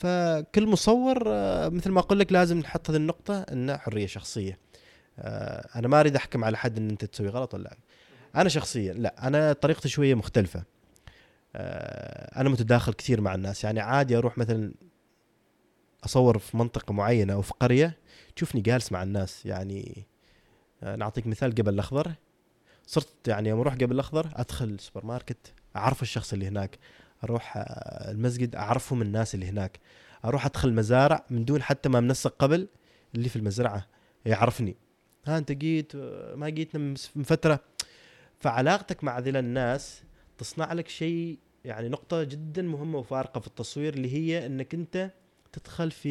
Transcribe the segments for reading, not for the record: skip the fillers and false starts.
فكل مصور مثل ما أقول لك لازم نحط هذه النقطة إنه حرية شخصية. أنا ما أريد أحكم على حد إن أنت تسوي غلط ولا لا. أنا شخصيا لا، أنا طريقتي شوية مختلفة. أنا متداخل كثير مع الناس، يعني عادي أروح مثلا أصور في منطقة معينة أو في قرية تشوفني جالس مع الناس. يعني نعطيك مثال، قبل الأخضر صرت يعني يوم أروح قبل الأخضر أدخل السوبر ماركت أعرف الشخص اللي هناك، أروح المسجد أعرفهم الناس اللي هناك، أروح أدخل مزارع من دون حتى ما منسق قبل، اللي في المزرعة يعرفني، ها أنت جيت ما جيتنا من فترة. فعلاقتك مع ذي الناس تصنع لك شيء، يعني نقطة جدا مهمة وفارقة في التصوير، اللي هي أنك أنت تدخل في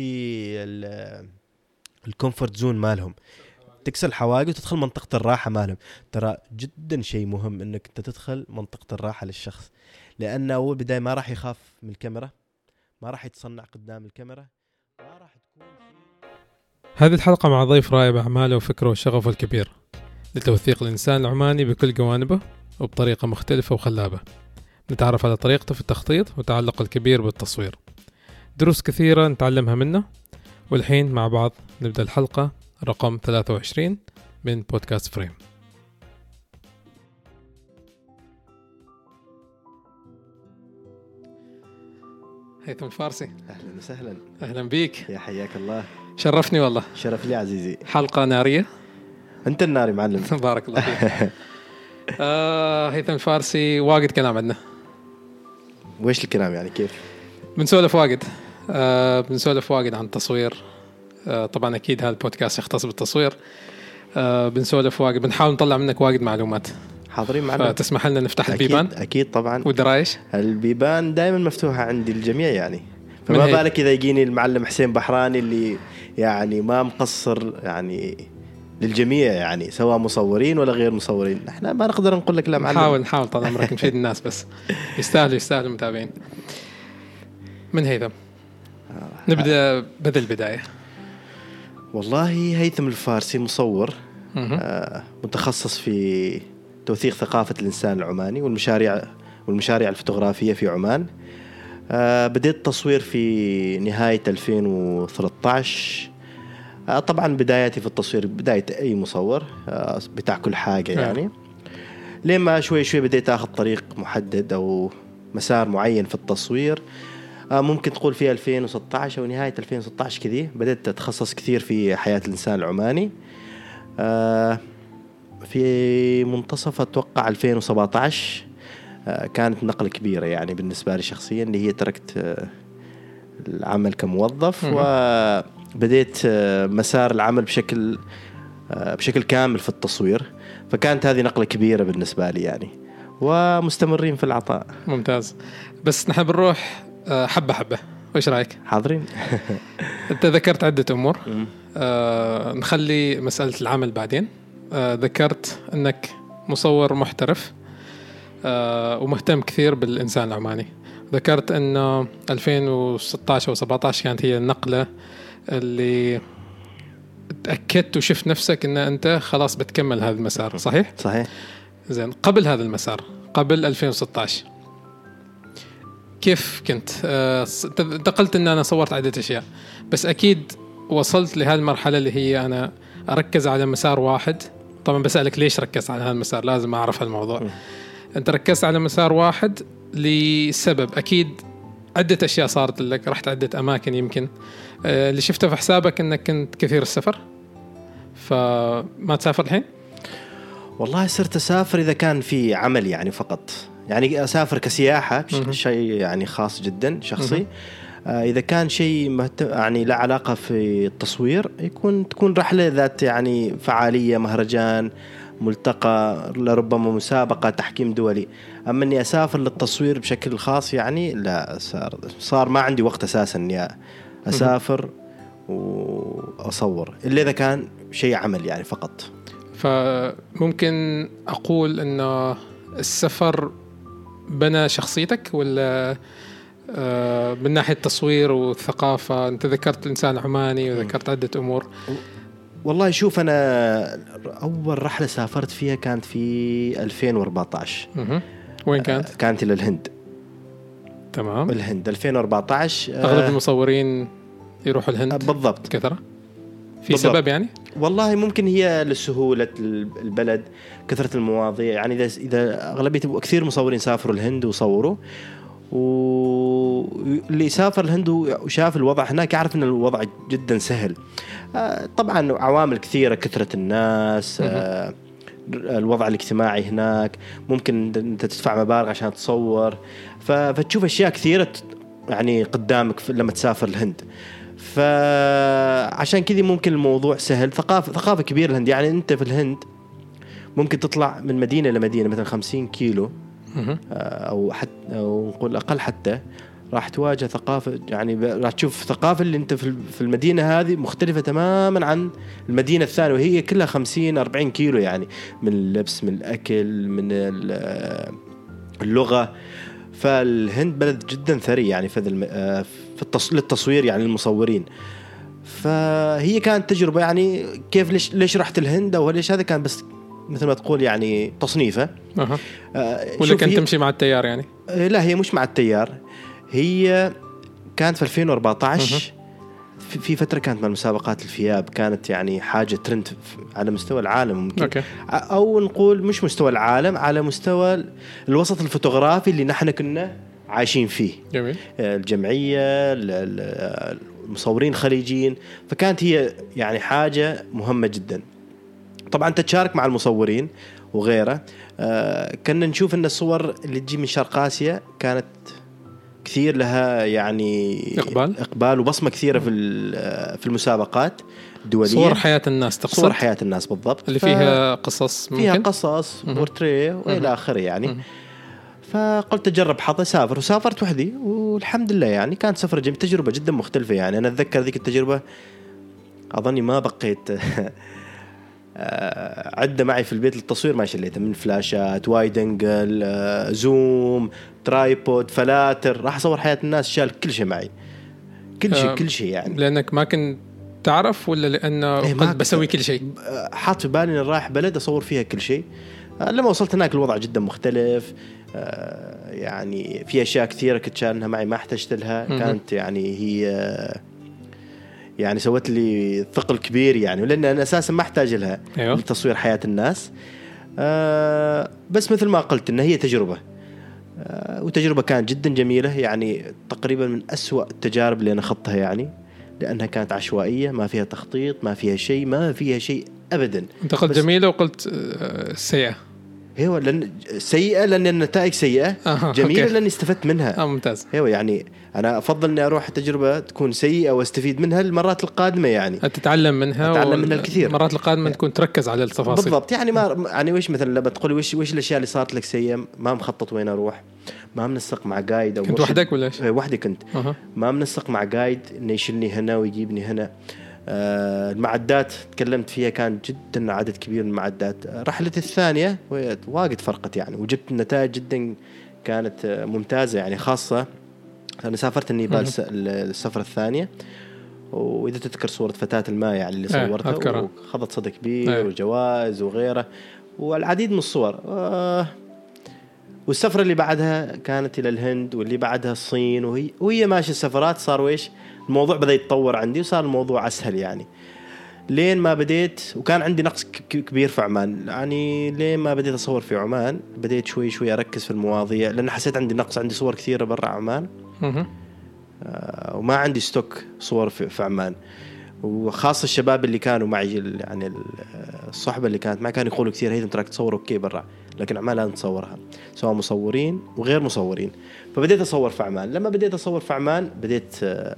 الكومفورت زون مالهم، تكسر الحواجز وتدخل منطقة الراحة مالهم. ترى جدا شيء مهم انك انت تدخل منطقة الراحة للشخص، لانه اول بداية ما راح يخاف من الكاميرا، ما راح يتصنع قدام الكاميرا، ما راح تكون هذه الحلقة مع ضيف رائع بأعماله وفكره وشغفه الكبير لتوثيق الإنسان العماني بكل جوانبه وبطريقة مختلفة وخلابة. نتعرف على طريقته في التخطيط وتعلق الكبير بالتصوير، دروس كثيرة نتعلمها منه. والحين مع بعض نبدأ الحلقة رقم 23 من بودكاست فريم. هيثم الفارسي، اهلا وسهلا. أهلا بيك، يا حياك الله. شرفني والله. شرف لي عزيزي. حلقة نارية. انت الناري معلم. بارك الله فيك. هيثم الفارسي، واجد كلام عندنا. ويش الكلام يعني كيف؟ بنسولف واجد. بنسولف واجد عن التصوير. طبعا أكيد هذا البودكاست يختص بالتصوير. بنسولف واجد، بنحاول نطلع منك واجد معلومات. حاضرين معنا. فتسمح لنا نفتح أكيد البيبان؟ أكيد طبعا. والدرايش؟ البيبان دائما مفتوحة عند الجميع يعني. فما بالك إذا يجيني المعلم حسين بحراني اللي يعني ما مقصر يعني للجميع، يعني سواء مصورين ولا غير مصورين. احنا ما نقدر نقول لك لا معلم. نحاول طال عمرك نفيد الناس بس. يستاهلوا المتابعين. من هيثم؟ نبدأ بدل البداية. والله هيثم الفارسي مصور متخصص في توثيق ثقافة الإنسان العماني والمشاريع الفوتوغرافية في عمان. بديت تصوير في نهاية 2013. طبعا بدايتي في التصوير بداية أي مصور بتاع كل حاجة يعني. لما شوي بديت أخذ طريق محدد أو مسار معين في التصوير. ممكن تقول في 2016 أو نهاية 2016 كذي بدأت أتخصص كثير في حياة الإنسان العماني. في منتصف أتوقع 2017 كانت نقلة كبيرة يعني بالنسبة لي شخصيا، اللي هي تركت العمل كموظف وبديت مسار العمل بشكل كامل في التصوير. فكانت هذه نقلة كبيرة بالنسبة لي يعني، ومستمرين في العطاء. ممتاز. بس نحن بنروح حبة وإيش رأيك؟ حاضرين. أنت ذكرت عدة أمور. نخلي مسألة العمل بعدين. ذكرت أنك مصور محترف ومهتم كثير بالإنسان العماني. ذكرت أنه 2016 أو 17 كانت هي النقلة اللي تأكدت وشفت نفسك أن أنت خلاص بتكمل هذا المسار. صحيح؟ صحيح. زين، قبل هذا المسار، قبل 2016 كيف كنت؟ انت قلت ان انا صورت عدة اشياء، بس اكيد وصلت لهذه المرحلة اللي هي انا اركز على مسار واحد. طبعا بسألك ليش ركزت على هذا المسار، لازم اعرف هالموضوع. انت ركزت على مسار واحد لسبب، اكيد عدة اشياء صارت لك، رحت عدة اماكن. يمكن اللي شفته في حسابك انك كنت كثير السفر، فما تسافر الحين؟ والله صرت أسافر إذا كان في عمل يعني فقط، يعني أسافر كسياحة شيء يعني خاص جدا شخصي. إذا كان شيء يعني لا علاقة في التصوير تكون رحلة ذات يعني فعالية، مهرجان، ملتقى، لربما مسابقة، تحكيم دولي. أما أني أسافر للتصوير بشكل خاص يعني لا، صار ما عندي وقت أساسا أني أسافر وأصور إلا إذا كان شيء عمل يعني فقط. فممكن أقول أنه السفر بنى شخصيتك ولا من ناحية التصوير والثقافة؟ أنت ذكرت الإنسان العماني وذكرت عدة أمور. والله شوف، أنا أول رحلة سافرت فيها كانت في 2014. وين كانت؟ كانت إلى الهند. تمام. الهند 2014. اغلب المصورين يروحوا الهند بالضبط. كثرة في بالضبط. سبب يعني؟ والله ممكن هي لسهولة البلد، كثرة المواضيع. يعني إذا أغلبية كثير مصورين سافروا الهند وصوروا، واللي سافر الهند وشاف الوضع هناك يعرف أن الوضع جدا سهل. طبعا عوامل كثيرة، كثرة الناس، الوضع الاجتماعي هناك، ممكن أنت تدفع مبالغ عشان تصور، فتشوف أشياء كثيرة يعني قدامك لما تسافر الهند. فعشان كذا ممكن الموضوع سهل. ثقافة كبيرة الهند. يعني أنت في الهند ممكن تطلع من مدينة لمدينة مثلا 50 كيلو أو حتى أو نقول أقل، حتى راح تواجه ثقافة، يعني راح تشوف ثقافة اللي أنت في المدينة هذه مختلفة تماما عن المدينة الثانية، وهي كلها 50-40 كيلو، يعني من اللبس، من الأكل، من اللغة. فالهند بلد جدا ثري يعني في للتصوير، يعني المصورين. فهي كانت تجربة يعني كيف ليش رحت الهند أو ليش، هذا كان بس مثل ما تقول يعني تصنيفة. ولا كانت تمشي مع التيار يعني؟ لا، هي مش مع التيار. هي كانت في 2014 في فترة كانت مع مسابقات الفياب، كانت يعني حاجة ترند على مستوى العالم ممكن. أوكي. أو نقول مش مستوى العالم، على مستوى الوسط الفوتوغرافي اللي نحن كنا عايشين فيه. جميل. الجمعية، المصورين الخليجيين، فكانت هي يعني حاجة مهمة جدا. طبعا تتشارك مع المصورين وغيره. كنا نشوف أن الصور اللي تجي من شرق آسيا كانت كثير لها يعني إقبال وبصمة كثيرة في المسابقات الدولية. صور حياة الناس تقصد؟ صور حياة الناس بالضبط، اللي فيها قصص ممكن؟ فيها قصص بورتريه وإلى آخره يعني. فقلت أجرب حظي، وسافرت وحدي، والحمد لله يعني كانت سفرة تجربة جدا مختلفة. يعني أنا أتذكر ذيك التجربة أظني ما بقيت عدة معي في البيت للتصوير ما شليتها، من فلاشات، وايد انجل، زوم، ترايبود، فلاتر. راح أصور حياة الناس، شال كل شيء معي، كل شيء يعني. لأنك ما كنت تعرف ولا لأنه قلت بسوي كل شيء؟ حاط في بالي إن رايح بلد أصور فيها كل شيء. لما وصلت هناك الوضع جدا مختلف. يعني في أشياء كثيرة كنت شالنها معي ما احتجت لها. كانت يعني هي يعني سوت لي ثقل كبير يعني، لأن أنا أساسا ما أحتاج لها لتصوير حياة الناس. بس مثل ما قلت إن هي تجربة، وتجربة كانت جدا جميلة. يعني تقريبا من أسوأ التجارب اللي أنا خضتها، يعني لأنها كانت عشوائية، ما فيها تخطيط، ما فيها شيء أبدا. أنت قلت جميلة وقلت سيئة. هو لأن سيئة لأن النتائج سيئة، جميلة لأن استفدت منها. ممتاز. هو يعني أنا أفضل إني أروح تجربة تكون سيئة واستفيد منها المرات القادمة، يعني تتعلم منها الكثير. المرات القادمة تكون تركز على التفاصيل بالضبط. يعني ما يعني وش مثلا لما تقولي وش الأشياء اللي صارت لك سيئة، ما مخطط وين أروح، ما منسق مع قايد أو كنت وحدك ولا إيش؟ وحدي كنت. ما منسق مع قايد إنه يشيلني هنا ويجيبني هنا. المعدات تكلمت فيها كان جدا عدد كبير من المعدات. رحلتي الثانية واجد فرقت يعني، وجبت النتائج جدا كانت ممتازة يعني. خاصة أنا سافرت النيبال السفرة الثانية، وإذا تذكر صورة فتاة الماء يعني اللي صورتها وخذت صدى كبير وجوائز وغيره والعديد من الصور. والسفرة اللي بعدها كانت إلى الهند، واللي بعدها الصين. وهي ماشي السفرات صار ويش الموضوع بدأ يتطور عندي، وصار الموضوع أسهل يعني. لين ما بديت وكان عندي نقص كبير في عمان، يعني لين ما بديت أصور في عمان بديت شوي أركز في المواضيع، لأن حسيت عندي نقص، عندي صور كثيرة برا عمان وما عندي ستوك صور في عمان. وخاصة الشباب اللي كانوا معي يعني الصحبة اللي كانت معي كانوا يقولوا كثير هيدا تراك تصور أوكي برا، لكن عمان لازم تصورها، سواء مصورين وغير مصورين. فبديت أصور في عمان. لما بديت أصور في عمان بديت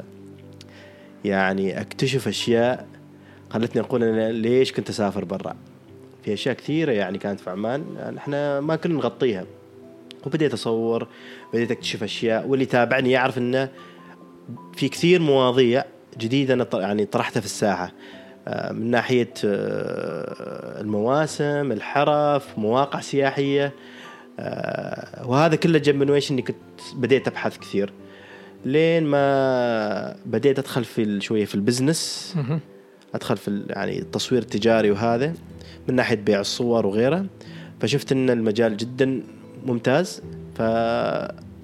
يعني أكتشف أشياء خلتني أقول أنا ليش كنت أسافر برا. في أشياء كثيرة يعني كانت في عمان إحنا ما كنا نغطيها، وبديت أصور، بديت أكتشف أشياء. واللي تابعني يعرف إنه في كثير مواضيع جديدة أنا يعني طرحتها في الساحة، من ناحية المواسم، الحرف، مواقع سياحية، وهذا كله جنب من ويش إني كنت بديت أبحث كثير، لين ما بديت أدخل في شوية في البزنس، أدخل في يعني التصوير التجاري وهذا من ناحية بيع الصور وغيره. فشفت إن المجال جدا ممتاز،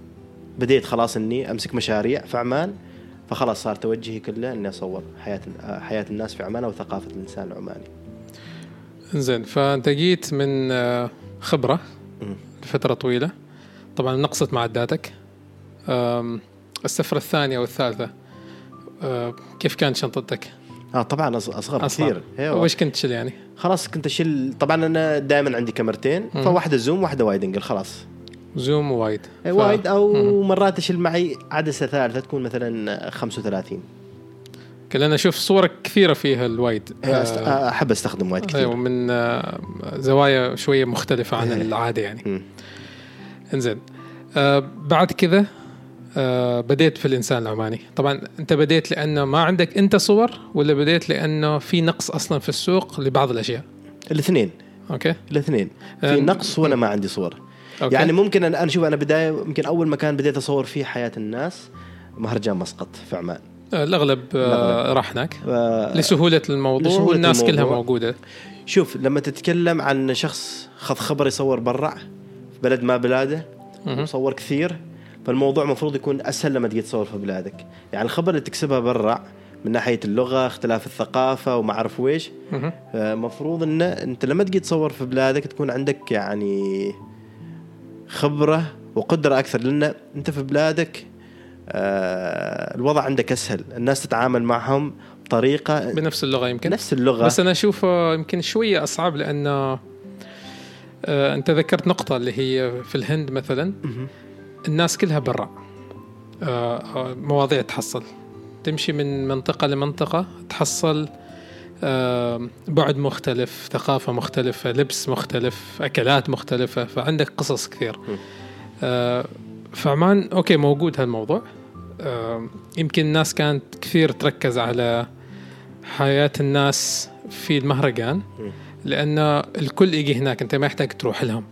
بديت خلاص اني امسك مشاريع في عمان، فخلاص صار توجهي كله اني اصور حياة الناس في عمان وثقافة الانسان العماني. زين، فانت جيت من خبرة لفترة طويلة، طبعا نقصت معداتك. السفرة الثانية والثالثة كيف كانت شنطتك؟ طبعا اصغر كثير. وش كنت تشيل يعني؟ خلاص كنت اشيل، طبعا انا دائما عندي كاميرتين، فواحدة زوم واحدة وايد انجل، خلاص زوم ووايد وايد، او مرات اشيل معي عدسة ثالثة تكون مثلا 35. كلنا اشوف صورك كثيرة فيها الوايد. احب استخدم وايد كثير، من زوايا شوية مختلفة عن العادة يعني. انزين، بعد كذا بديت في الإنسان العماني. طبعا أنت بديت لأنه ما عندك أنت صور، ولا بديت لأنه في نقص أصلا في السوق لبعض الأشياء؟ الاثنين. أوكي، الاثنين في نقص وأنا ما عندي صور. أوكي. يعني ممكن أنا شوف، أنا بداية يمكن أول مكان بديت أصور فيه حياة الناس مهرجان مسقط في عمان. الأغلب راح هناك لسهولة الموضوع، والناس كلها موجودة. شوف، لما تتكلم عن شخص خذ خبر يصور برا في بلد ما بلاده وصور كثير، فالموضوع مفروض يكون أسهل لما تجي تصور في بلادك. يعني الخبر اللي تكسبها برا من ناحية اللغة، اختلاف الثقافة وما أعرف ويش، مفروض إن أنت لما تجي تصور في بلادك تكون عندك يعني خبرة وقدرة أكثر، لأن أنت في بلادك الوضع عندك أسهل، الناس تتعامل معهم بطريقة بنفس اللغة، يمكن نفس اللغة. بس أنا أشوف يمكن شوية أصعب، لأن أنت ذكرت نقطة اللي هي في الهند مثلا الناس كلها برا، مواضيع تحصل، تمشي من منطقة لمنطقة تحصل بعد مختلف، ثقافة مختلفة، لبس مختلف، أكلات مختلفة، فعندك قصص كثير. فعمان أوكي موجود هالموضوع. يمكن الناس كانت كثير تركز على حياة الناس في المهرجان، لأن الكل يجي هناك، أنت ما يحتاج تروح لهم.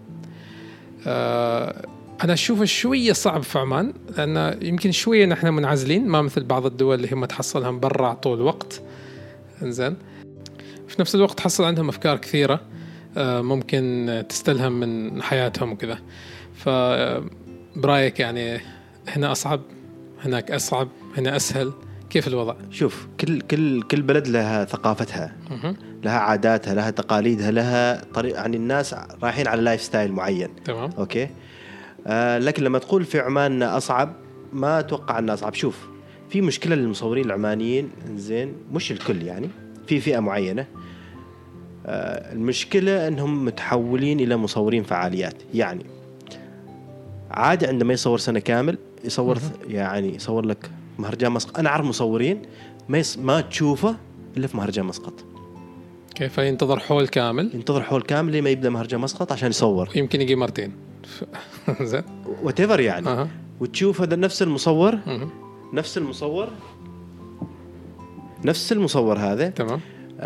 أنا أشوف شوية صعب في عمان، لأن يمكن شوية نحن منعزلين، ما مثل بعض الدول اللي هم تحصلهم برا طول الوقت. إنزين، في نفس الوقت تحصل عندهم أفكار كثيرة ممكن تستلهم من حياتهم وكذا. فبرأيك يعني هنا أصعب، هناك أصعب، هنا أسهل، كيف الوضع؟ شوف، كل بلد لها ثقافتها، لها عاداتها، لها تقاليدها، لها طريقة، يعني الناس رايحين على لايف ستايل معين. تمام. أوكي. لكن لما تقول في عمان أصعب، ما أتوقع أنه أصعب. شوف، في مشكلة للمصورين العمانيين، زين، مش الكل، يعني في فئة معينة. المشكلة أنهم متحولين إلى مصورين فعاليات. يعني عادي عندما يصور سنة كامل يصور يعني يصور لك مهرجان مسقط. أنا أعرف مصورين ما تشوفه إلا في مهرجان مسقط. كيف ينتظر حول كامل لما يبدأ مهرجان مسقط عشان يصور، يمكن يجي مرتين زين whatever يعني. وتشوف هذا نفس المصور هذا، تمام.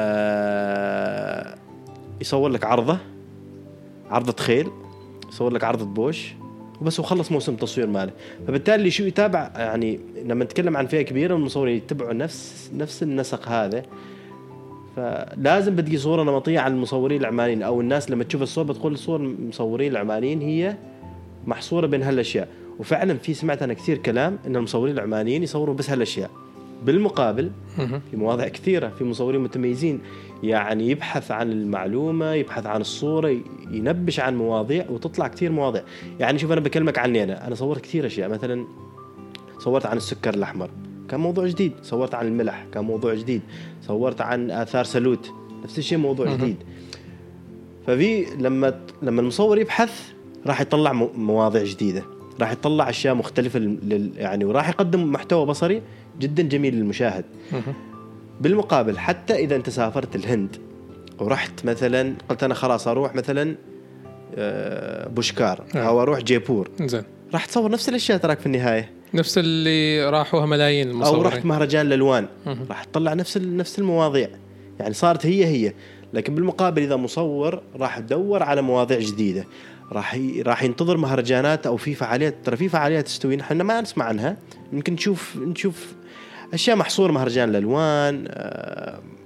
يصور لك عرضة خيل، يصور لك عرضة بوش وبس، وخلص موسم تصوير ماله. فبالتالي شو يتابع، يعني لما نتكلم عن فئة كبيرة المصورين يتبعوا نفس النسق هذا، فلازم بدي صورة نمطية عن المصورين العمانيين، أو الناس لما تشوف الصور بتقول الصور المصورين العمانيين هي محصورة بين هالأشياء. وفعلا سمعت أنا كثير كلام إن المصورين العمانيين يصوروا بس هالأشياء. بالمقابل في مواضيع كثيرة، في مصورين متميزين، يعني يبحث عن المعلومة، يبحث عن الصورة، ينبش عن مواضيع وتطلع كثير مواضيع. يعني شوف، أنا بكلمك عني، أنا صورت كثير أشياء. مثلا صورت عن السكر الأحمر، كان موضوع جديد. صورت عن الملح، كان موضوع جديد. صورت عن آثار سلوت، نفس الشيء، موضوع جديد. ففي لما المصور يبحث راح يطلع مواضيع جديدة، راح يطلع أشياء مختلفة يعني، وراح يقدم محتوى بصري جدا جميل للمشاهد. بالمقابل حتى إذا أنت سافرت الهند ورحت مثلا، قلت أنا خلاص أروح مثلا بوشكار أو أروح جيبور، راح تصور نفس الأشياء تراك في النهاية، نفس اللي راحوها ملايين المصورين. أو رحت مهرجان الألوان راح تطلع نفس المواضيع، يعني صارت هي. لكن بالمقابل إذا مصور راح يدور على مواضيع جديدة، راح ينتظر مهرجانات أو في فعاليات. ترى في فعاليات تستوي نحن ما نسمع عنها، يمكن نشوف أشياء محصورة، مهرجان الألوان،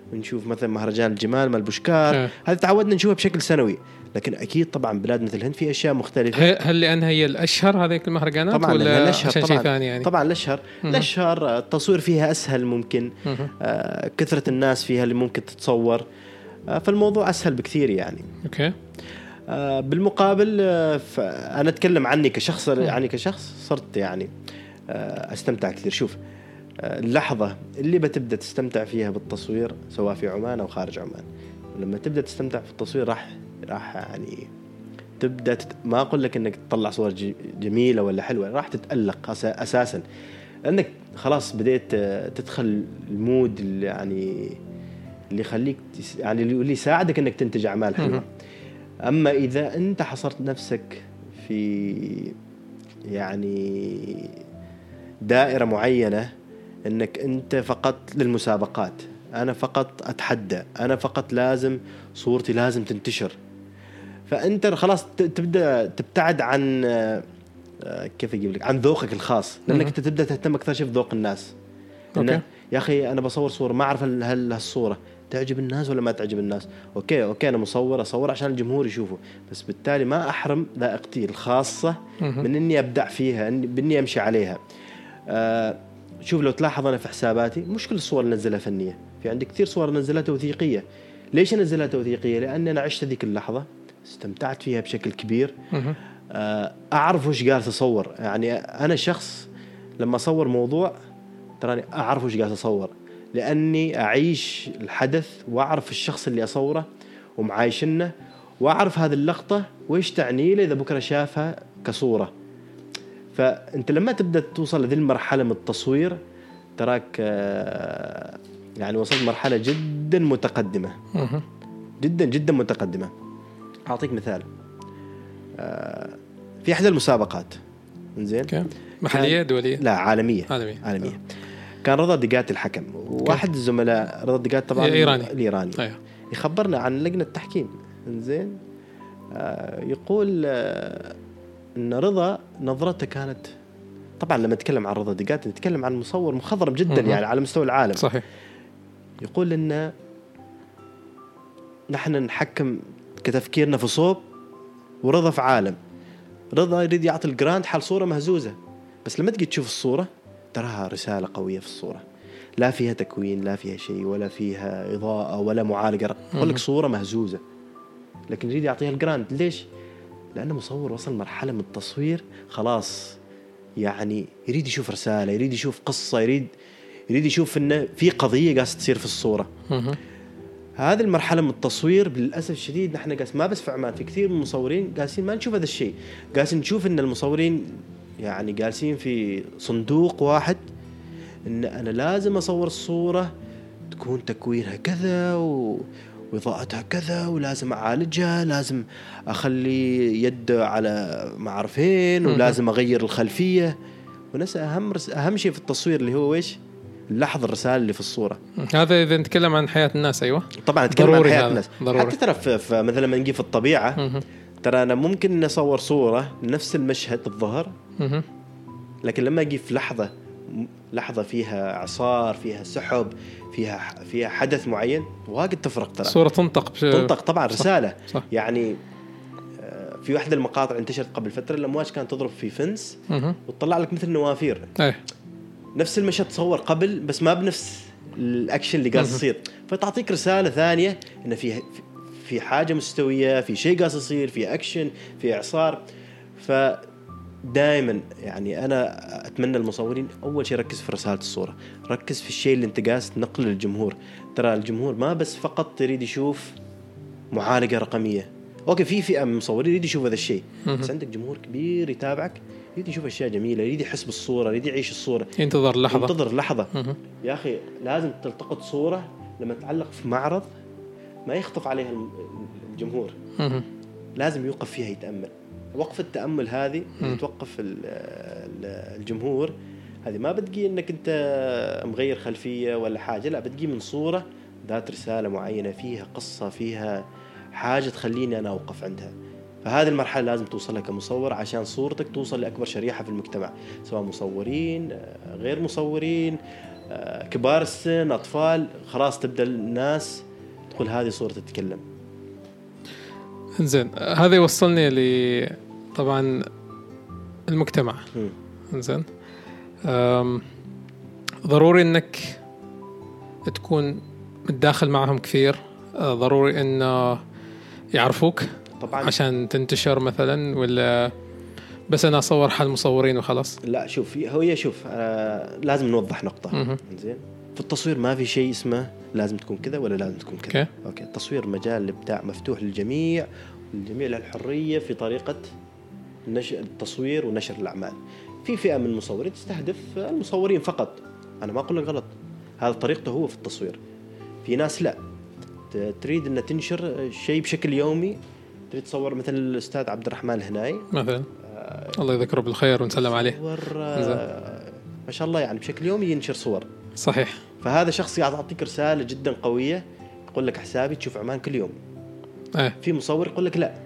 ونشوف مثلا مهرجان الجمال مال بوشكار، هذا تعودنا نشوفها بشكل سنوي. لكن اكيد طبعا بلاد مثل الهند في اشياء مختلفه. هل لانها هي الاشهر هذيك المهرجانات طبعا ولا الاشهر عشان طبعا شيء ثاني يعني؟ طبعا الاشهر التصوير فيها اسهل ممكن، كثره الناس فيها اللي ممكن تتصور، فالموضوع اسهل بكثير يعني. اوكي. بالمقابل انا اتكلم عني كشخص، يعني كشخص صرت يعني استمتع كثير. شوف اللحظه اللي بتبدا تستمتع فيها بالتصوير سواء في عمان او خارج عمان، لما تبدا تستمتع في التصوير راح يعني تبدا ما اقول لك انك تطلع صور جميله ولا حلوه، راح تتالق اساسا لانك خلاص بديت تدخل المود اللي يعني اللي يخليك يعني اللي يساعدك انك تنتج اعمال حلوه. اما اذا انت حصرت نفسك في يعني دائره معينه، انك انت فقط للمسابقات، انا فقط اتحدى، انا فقط لازم صورتي لازم تنتشر، فانت خلاص تبدا تبتعد عن كيف اجيب لك عن ذوقك الخاص، لانك انت تبدا تهتم اكثر شيء بذوق الناس. يا اخي انا بصور صوره ما اعرف هل هالصوره تعجب الناس ولا ما تعجب الناس. اوكي انا اصور عشان الجمهور يشوفه، بس بالتالي ما احرم ذائقتي الخاصه من اني ابدع فيها، باني امشي عليها. شوف لو تلاحظ انا في حساباتي مش كل الصور اللي نزلها فنيه، في عندي كثير صور نزلها توثيقيه. ليش انزلها توثيقيه؟ لان انا عشت ذيك اللحظه، استمتعت فيها بشكل كبير، اعرف وش قاعد اصور. يعني انا شخص لما اصور موضوع تراني اعرف وش قاعد اصور، لاني اعيش الحدث واعرف الشخص اللي اصوره ومعايشنه، واعرف هذه اللقطه وإيش تعني له اذا بكره شافها كصوره. فانت لما تبدا توصل لذي المرحله من التصوير تراك يعني وصلت مرحله جدا متقدمه، جدا جدا متقدمه. اعطيك مثال، في احدى المسابقات زين محليه دوليه؟ لا عالميه. كان رضا دقات الحكم، وواحد الزملاء رضا دقات طبعا الايراني يخبرنا عن لجنه التحكيم زين. يقول ان رضا نظرته كانت طبعا لما نتكلم عن رضا دقات نتكلم عن مصور مخضرم جدا يعني على مستوى العالم. صحيح. يقول لنا نحن نحكم كتفكيرنا في صوب، ورضا في عالم. رضا يريد يعطي الجراند حال صورة مهزوزة، بس لما تجي تشوف الصورة تراها رسالة قوية في الصورة، لا فيها تكوين، لا فيها شيء، ولا فيها إضاءة ولا معالجة. أقول لك صورة مهزوزة، لكن يريد يعطيها الجراند. ليش؟ لأنه مصور وصل مرحلة من التصوير خلاص، يعني يريد يشوف رسالة، يريد يشوف قصة، يريد يشوف إنه في قضية قاعدة تصير في الصورة. هذه المرحلة من التصوير بالأسف الشديد نحن قاس ما بس في عمان، في كثير من المصورين قاسين ما نشوف هذا الشيء. قاسين نشوف إن المصورين يعني جالسين في صندوق واحد، إن أنا لازم أصور الصورة تكون تكوينها كذا وإضاءتها كذا، ولازم أعالجها، لازم أخلي يد على ما أعرفين، ولازم أغير الخلفية، ونسى أهم شيء في التصوير اللي هو إيش؟ اللحظة، الرسالة اللي في الصورة. هذا إذا نتكلم عن حياة الناس. أيوة طبعا نتكلم عن حياة الناس. حتى ترى في مثلا لما نجي في الطبيعة ترى أنا ممكن نصور صورة نفس المشهد الظهر، لكن لما أجي في لحظة فيها إعصار، فيها سحب، فيها حدث معين، واجد تفرق. ترى صورة تنطق طبعا رسالة. صح. يعني في واحدة المقاطع انتشرت قبل فترة، الأمواج كانت تضرب في فنس وتطلع لك مثل نوافير. نفس المشهد تصور قبل بس ما بنفس الأكشن اللي قاعد يصير، فتعطيك رسالة ثانية إن في حاجة مستوية، في شيء قاعد يصير، في أكشن، في إعصار. فدائما يعني أنا أتمنى المصورين أول شيء ركز في رسالة الصورة، ركز في الشيء اللي أنت قاعد تنقله للجمهور. ترى الجمهور ما بس فقط يريد يشوف معالجة رقمية. أوكي في فئة من المصورين يريد يشوف هذا الشيء، بس عندك جمهور كبير يتابعك، يريد يشوف أشياء جميلة، يريد يحس بالصورة، يريد يعيش الصورة، ينتظر لحظة. يا أخي لازم تلتقط صورة لما تعلق في معرض ما يخطف عليها الجمهور، لازم يوقف فيها يتأمل. وقف التأمل هذه توقف الجمهور، هذه ما بتجي إنك أنت مغير خلفية ولا حاجة، لا بتجي من صورة ذات رسالة معينة، فيها قصة، فيها حاجة تخليني أنا أوقف عندها. فهذه المرحلة لازم توصلها كمصور عشان صورتك توصل لأكبر شريحة في المجتمع، سواء مصورين غير مصورين، كبار السن، أطفال، خلاص تبدأ الناس تقول هذه صورة تتكلم. إنزين، هذا يوصلني طبعا المجتمع. إنزين، ضروري إنك تكون متداخل معهم كثير، ضروري إنه يعرفوك طبعا عشان تنتشر مثلا، ولا بس أنا أصور حال مصورين وخلاص؟ لا شوف، لازم نوضح نقطة. زين، في التصوير ما في شيء اسمه لازم تكون كذا ولا لازم تكون كذا. أوكي. التصوير مجال الإبداع مفتوح للجميع، والجميع له الحرية في طريقة نشر التصوير ونشر الأعمال. في فئة من المصورين تستهدف المصورين فقط، أنا ما أقول لك غلط، هذا طريقته هو في التصوير. في ناس لا، تريد أن تنشر شيء بشكل يومي، تريد تصور مثل الأستاذ عبد الرحمن الهناي مثلا، الله يذكره بالخير ونسلم عليه، ما شاء الله، يعني بشكل يومي ينشر صور. صحيح. فهذا شخص يعطيك رسالة جدا قوية، يقول لك حسابي تشوف أعمال كل يوم. في مصور يقول لك لا،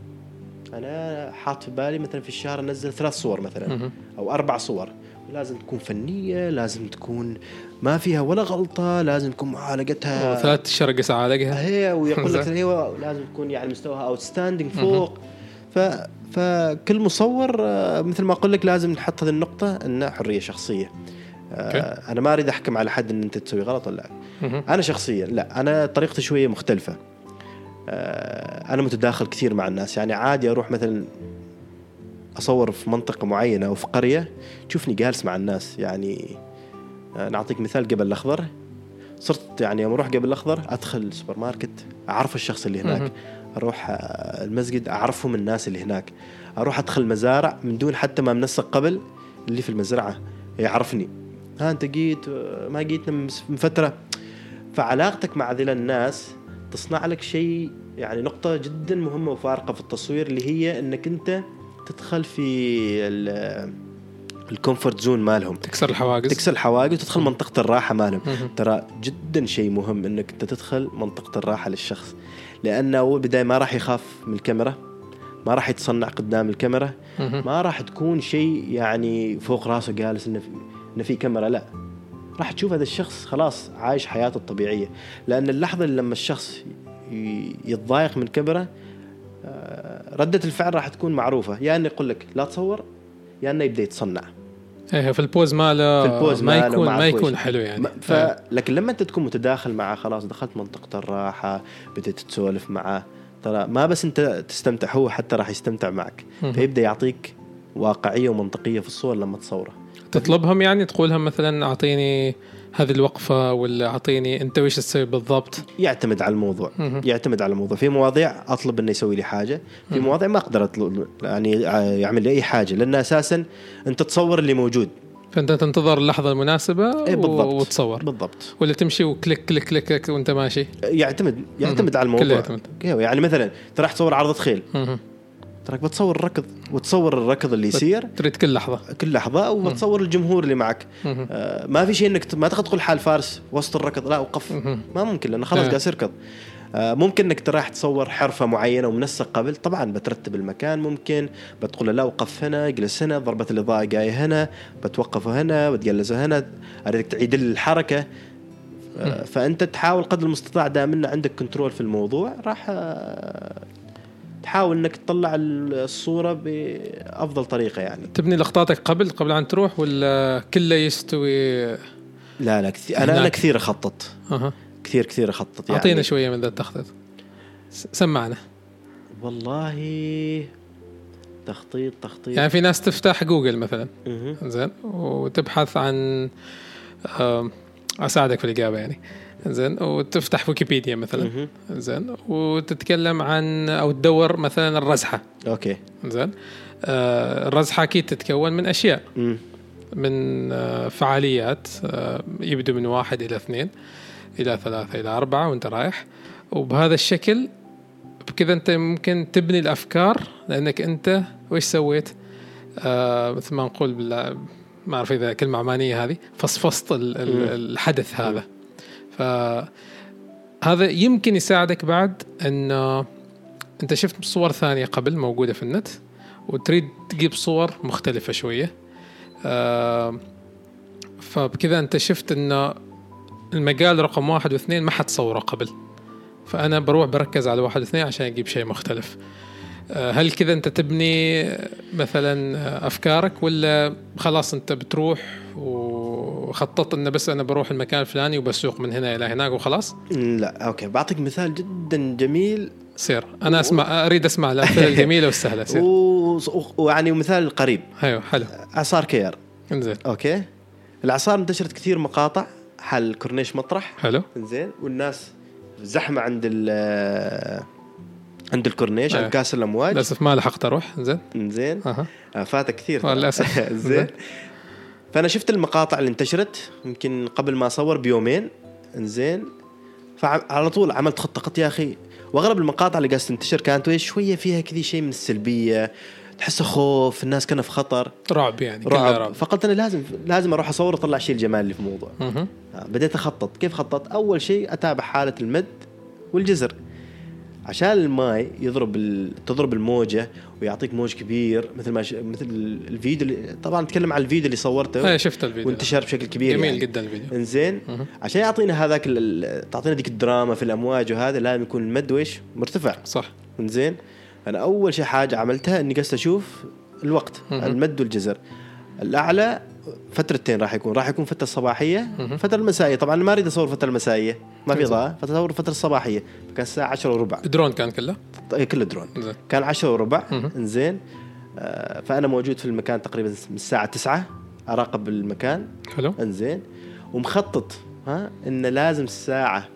أنا حاط في بالي مثلا في الشهر أنزل 3 صور مثلا أو 4 صور، ولازم تكون فنية، لازم تكون ما فيها ولا غلطة، لازم تكون معالجتها 3 شرقة عالجها هي، ويقول لك ايوه لازم تكون يعني مستواها اوتستاندينج فوق. فكل مصور مثل ما اقول لك لازم نحط هذه النقطة انها حرية شخصية. انا ما اريد احكم على حد ان انت تسوي غلط ولا لا. انا شخصيا لا، انا طريقتي شوية مختلفة. انا متداخل كثير مع الناس، يعني عادي اروح مثلا اصور في منطقة معينة او في قرية، تشوفني جالس مع الناس. يعني نعطيك مثال، جبل الأخضر صرت يعني يوم أروح جبل الأخضر أدخل السوبر ماركت أعرف الشخص اللي هناك، أروح المسجد أعرفهم الناس اللي هناك، أروح أدخل مزارع من دون حتى ما منسق قبل، اللي في المزرعة يعرفني، ها أنت جيت ما جيت من فترة. فعلاقتك مع ذي الناس تصنع لك شيء، يعني نقطة جدا مهمة وفارقة في التصوير، اللي هي أنك أنت تدخل في الكومفورت زون مالهم، تكسر الحواجز وتدخل منطقة الراحة مالهم. ترى جدا شيء مهم انك انت تدخل منطقة الراحة للشخص، لانه هو بداية ما راح يخاف من الكاميرا، ما راح يتصنع قدام الكاميرا، ما راح تكون شيء يعني فوق راسه جالس إن في كاميرا، لا، راح تشوف هذا الشخص خلاص عايش حياته الطبيعية. لأن اللحظة اللي لما الشخص يتضايق من الكاميرا، ردة الفعل راح تكون معروفة، يعني يقول لك لا تصور، يعني يبدأ يتصنع. في البوز ماله ما يكون حلو يعني. لكن لما انت تكون متداخل معه، خلاص دخلت منطقة الراحة، بدأت تسولف معه، ترى ما بس انت تستمتع، هو حتى راح يستمتع معك. فيبدأ يعطيك واقعية ومنطقية في الصور لما تصوره. تطلبهم يعني تقولهم مثلا أعطيني هذه الوقفة، ولا أعطيني أنت ويش تسوي بالضبط؟ يعتمد على الموضوع. في مواضيع أطلب إنه يسوي لي حاجة، في مواضيع ما أقدر أطلب يعني يعمل لي أي حاجة، لأن أساسا أنت تصور اللي موجود، فأنت تنتظر اللحظة المناسبة وتصور بالضبط، ولا تمشي وكليك كليك كليك وأنت ماشي. يعتمد على الموضوع. يعني مثلا تروح تصور عرضة خيل، تراك بتصور الركض وتصور الركض اللي يصير، تريد كل لحظة وتصور الجمهور اللي معك. ما في شيء انك ما تدخل حال فارس وسط الركض، لا وقف، ما ممكن، لانه خلاص قاعد يركض. ممكن انك تروح تصور حرفة معينة ومنسق قبل، طبعا بترتب المكان، ممكن بتقول لا وقف هنا، اجلس هنا، ضربة الإضاءة جاية هنا، بتوقفه هنا وتجلسه هنا، أريدك تعيد الحركة. فأنت تحاول قدر المستطاع دائما عندك كنترول في الموضوع، راح تحاول انك تطلع الصورة بأفضل طريقة. يعني تبني لقطاتك قبل عن تروح، ولا كله يستوي؟ لا أنا كثير أخطط. كثير أخطط. يعني أعطينا شوية من ذا التخطيط، سمعنا. والله تخطيط يعني في ناس تفتح جوجل مثلا، زين، وتبحث عن أساعدك في الإجابة يعني، زين، وتفتح ويكيبيديا مثلا، زين، وتتكلم عن أو تدور مثلا الرزحة. أوكي، زين. الرزحة أكيد تتكون من أشياء، من فعاليات، يبدو من 1 إلى 2 إلى 3 إلى 4 وأنت رايح، وبهذا الشكل بكذا أنت ممكن تبني الأفكار، لأنك أنت وإيش سويت، مثل ما نقول ما أعرف إذا كلمة عمانية هذه، فصفصت الحدث هذا. فهذا يمكن يساعدك بعد أنه أنت شفت صور ثانية قبل موجودة في النت، وتريد تجيب صور مختلفة شوية، فبكذا انت شفت انه المجال رقم 1 و2 ما حد صوره قبل، فانا بروح بركز على 1 و2 عشان اجيب شيء مختلف. هل كذا انت تبني مثلا افكارك، ولا خلاص انت بتروح وخطط ان بس انا بروح المكان الفلاني وبسوق من هنا الى هناك وخلاص؟ لا اوكي، بعطيك مثال جدا جميل. سير، انا اريد اسمع الامثله الجميله والسهله. سير. ويعني مثال قريب. ايوه حلو. اعصار كيار. انزين. اوكي، الاعصار انتشرت كثير مقاطع حل كورنيش مطرح. حلو. انزين، والناس زحمه عند الكورنيش عند كاس الامواج. للاسف ما لحقت اروح. انزين فاتك كثير للاسف. زين. فانا شفت المقاطع اللي انتشرت يمكن قبل ما اصور بيومين. انزين، فعلى طول عملت خطه يا اخي. واغلب المقاطع اللي قاعده تنتشر كانت شويه فيها كذي شيء من السلبيه، تحس خوف، الناس كانوا في خطر، رعب يعني. رعب. فقلت انا لازم اروح اصور واطلع شيء الجمال اللي في الموضوع. بديت اخطط. كيف خطط؟ اول شيء اتابع حاله المد والجزر، عشان الماء تضرب الموجة ويعطيك موج كبير مثل الفيديو طبعا نتكلم عن الفيديو اللي صورته. شفت الفيديو وانتشر بشكل كبير. جميل يعني. جدا الفيديو. انزين، عشان يعطينا تعطينا ذيك الدراما في الأمواج، وهذا لازم يكون المد مرتفع. صح. انزين، أنا أول شيء حاجة عملتها إني قست أشوف الوقت. المد والجزر الأعلى فترتين راح يكون فترة الصباحية، فترة المسائية. طبعا ما أريد أصور فترة المسائية، ما في ضاء، فتصور فترة الصباحية. كان الساعة 10:15. الدرون كان كله درون. كان 10:15. إنزين، فأنا موجود في المكان تقريبا من الساعة 9 أراقب المكان. حلو. إنزين، ومخطط إن لازم الساعة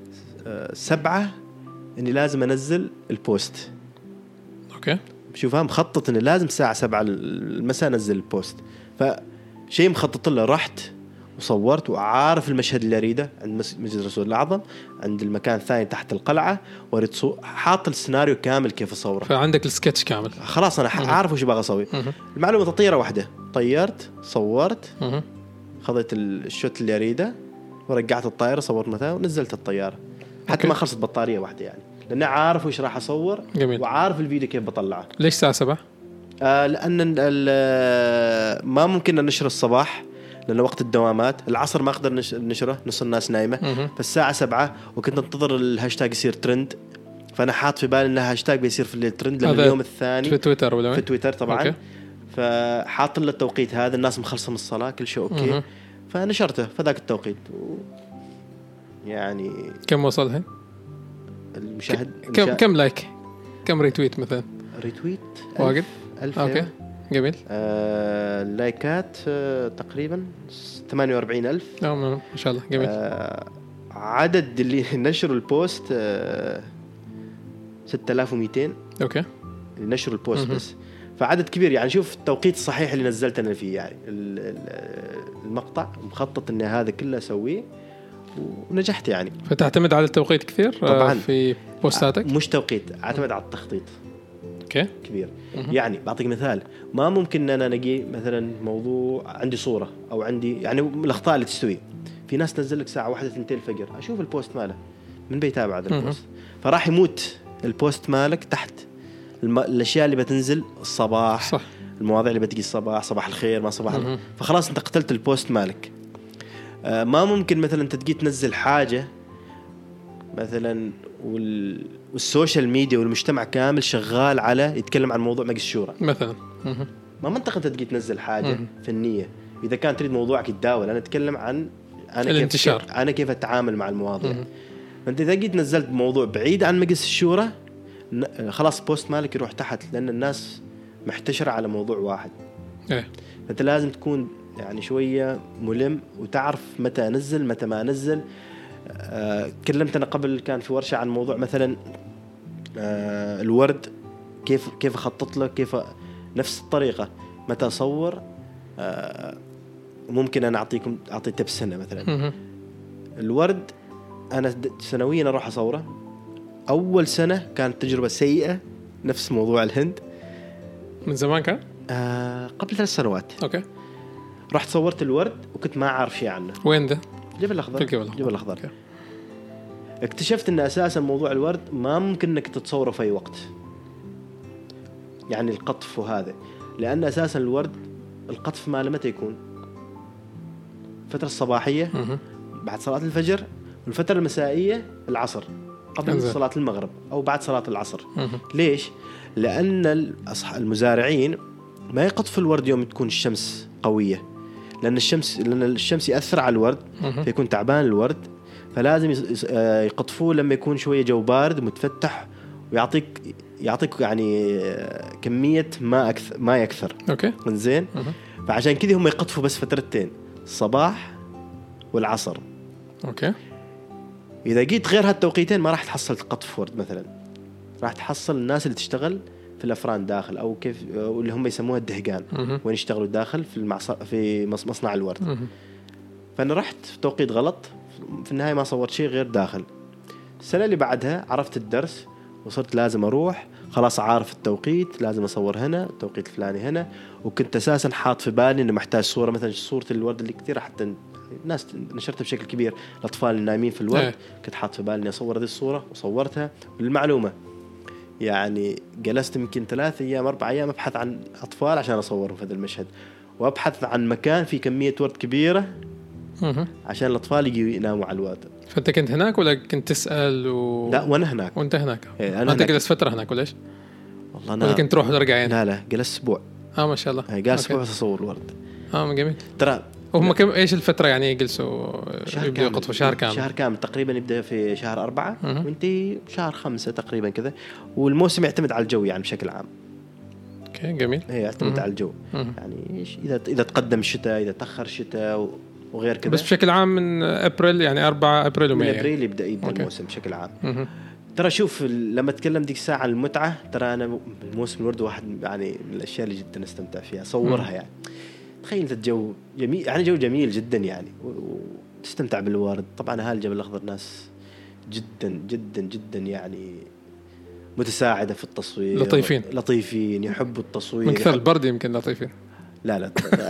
7 إني لازم أنزل البوست. أوكي. شوفها مخطط إن لازم الساعة 7 المساء أنزل البوست. فشيء مخطط له، رحت وصورت وعارف المشهد اللي أريده عند مسجد الرسول الأعظم، عند المكان الثاني تحت القلعة، وأريد حاط السيناريو كامل كيف أصوره. فعندك السكتش كامل خلاص، أنا عارف وش باغي أسوي. المعلومة طيارة واحدة، طيرت، صورت، خذيت الشوت اللي أريده ورجعت الطائرة، صورت متى ونزلت الطيارة. حتى ما خلصت بطارية واحدة يعني، لأني عارف وش راح أصور. جميل. وعارف الفيديو كيف بطلعه. ليش الساعة 7؟ لأن ما ممكن ننشر الصباح لأنه وقت الدوامات. العصر ما أقدر نشره، نص الناس نايمة. فالساعة 7 وكنت انتظر الهاشتاج يصير ترند. فأنا حاط في بالي إن الهاشتاج بيصير في الترند لأن اليوم الثاني في تويتر ولا في تويتر طبعا. أوكي. فحاط له التوقيت هذا، الناس مخلصة من الصلاة، كل شيء أوكي. فنشرته في ذاك التوقيت يعني كم وصل هين المشاهد؟ كم لايك، كم ريتويت مثلا؟ ريتويت واجد. 1000. اوكي جميل. لايكات تقريبا 48,000. ما شاء الله جميل. عدد اللي نشروا البوست 6200. اوكي. اللي نشروا البوست بس، فعدد كبير يعني. شوف التوقيت الصحيح اللي نزلت أنا فيه يعني المقطع، مخطط إن هذا كله أسويه ونجحت يعني. فتعتمد على التوقيت كثير طبعا في بوستاتك؟ مش توقيت، اعتمد على التخطيط. اوكي كبير. يعني بعطيك مثال، ما ممكن ان انا نجي مثلا موضوع عندي صورة او عندي يعني الاخطاء اللي تستوي، في ناس تنزل لك ساعة 1 2 الفجر، اشوف البوست ماله من بيتابع هذا البوست، فراح يموت البوست مالك تحت الاشياء اللي بتنزل الصباح. صح. المواضيع اللي بتجي الصباح، صباح الخير ما صباح فخلاص انت قتلت البوست مالك. ما ممكن مثلا انت تجي تنزل حاجة مثلا والسوشيال ميديا والمجتمع كامل شغال على يتكلم عن موضوع مجلس الشورى مثلا. ما منطق انت تجي تنزل حاجة فنية. اذا كان تريد موضوعك يتداول، انا اتكلم عن انا كيف اتعامل مع المواضيع. فانت اذا جيت نزلت موضوع بعيد عن مجلس الشورى، خلاص بوست مالك يروح تحت، لان الناس محتشرة على موضوع واحد. فانت لازم تكون يعني شوية ملم وتعرف متى أنزل متى ما أنزل. تكلمت أنا قبل كان في ورشة عن موضوع مثلا الورد، كيف أخطط له، كيف نفس الطريقة متى أصور. ممكن أنا أعطي تبس هنا مثلا. الورد أنا سنويا أروح أصوره. أول سنة كانت تجربة سيئة، نفس موضوع الهند. من زمان كان؟ قبل 3 سنوات. أوكي. رحت صورت الورد وكنت ما أعرف شيء عنه. وين ده؟ جبل الأخضر. جبل الأخضر. اكتشفت أن أساسا موضوع الورد ما ممكن أنك تتصوره في أي وقت، يعني القطف وهذا، لأن أساسا الورد القطف ما متى يكون الفترة الصباحية بعد صلاة الفجر، والفترة المسائية العصر قبل صلاة المغرب أو بعد صلاة العصر. ليش؟ لأن المزارعين ما يقطفوا الورد يوم تكون الشمس قوية، لأن الشمس يأثر على الورد فيكون تعبان الورد، فلازم يقطفوه لما يكون شوية جو بارد متفتح، ويعطيك يعني كمية ما يكثر. أوكي. زين. فعشان كذا هم يقطفوا بس فترتين، الصباح والعصر. أوكي. إذا جيت غير هالتوقيتين ما راح تحصل قطف ورد مثلا، راح تحصل الناس اللي تشتغل في الأفران داخل أو كيف اللي هم يسموها الدهقان، وين يشتغلوا داخل في مصنع الورد. فأنا رحت في توقيت غلط، في النهاية ما صورت شيء غير داخل. السنة اللي بعدها عرفت الدرس وصرت لازم أروح، خلاص عارف التوقيت، لازم أصور هنا التوقيت الفلاني هنا. وكنت أساسا حاط في بالي إنه محتاج صورة، مثلا صورة الورد اللي كثير حتى الناس نشرتها بشكل كبير، الأطفال النايمين في الورد. كنت حاط في بالي إني أصور هذه الصورة وصورتها. والمعلومة يعني جلست يمكن 3 أيام 4 أيام أبحث عن أطفال عشان أصورهم في هذا المشهد، وأبحث عن مكان فيه كمية ورد كبيرة عشان الأطفال يجوا يناموا على الورد. فأنت كنت هناك ولا كنت تسأل لا، وأنا هناك. وأنت هناك؟ أنت جلست فترة هناك ولا إيش؟ والله أنا ولا كنت تروح وترجع يعني؟ لا جلست أسبوع. ما شاء الله. جلست أسبوع بس أصور الورد. جميل. ترى وهم كم إيش الفترة يعني يجلسوا يبدأوا يقطفوا؟ شهر كامل تقريبا، يبدأ في شهر 4 وانتي شهر 5 تقريبا كذا. والموسم يعتمد على الجو يعني بشكل عام. اوكي جميل. يعتمد على الجو. يعني اذا تقدم الشتاء، اذا تاخر الشتاء وغير كذا. بس بشكل عام من ابريل، يعني 4 ابريل وماي. من ابريل يبدأ الموسم بشكل عام. ترى شوف، لما اتكلم ديك الساعة عن المتعة، ترى انا الموسم الورد واحد يعني من الاشياء اللي جدا استمتع فيها اصورها. يعني تخيل انت الجو جميل، يعني جو جميل جدا يعني، وتستمتع بالورد. طبعا اهل الجبل الاخضر ناس جدا جدا جدا يعني متساعدة في التصوير، لطيفين يحبوا التصوير من كثر البرد يمكن لطيفين. لا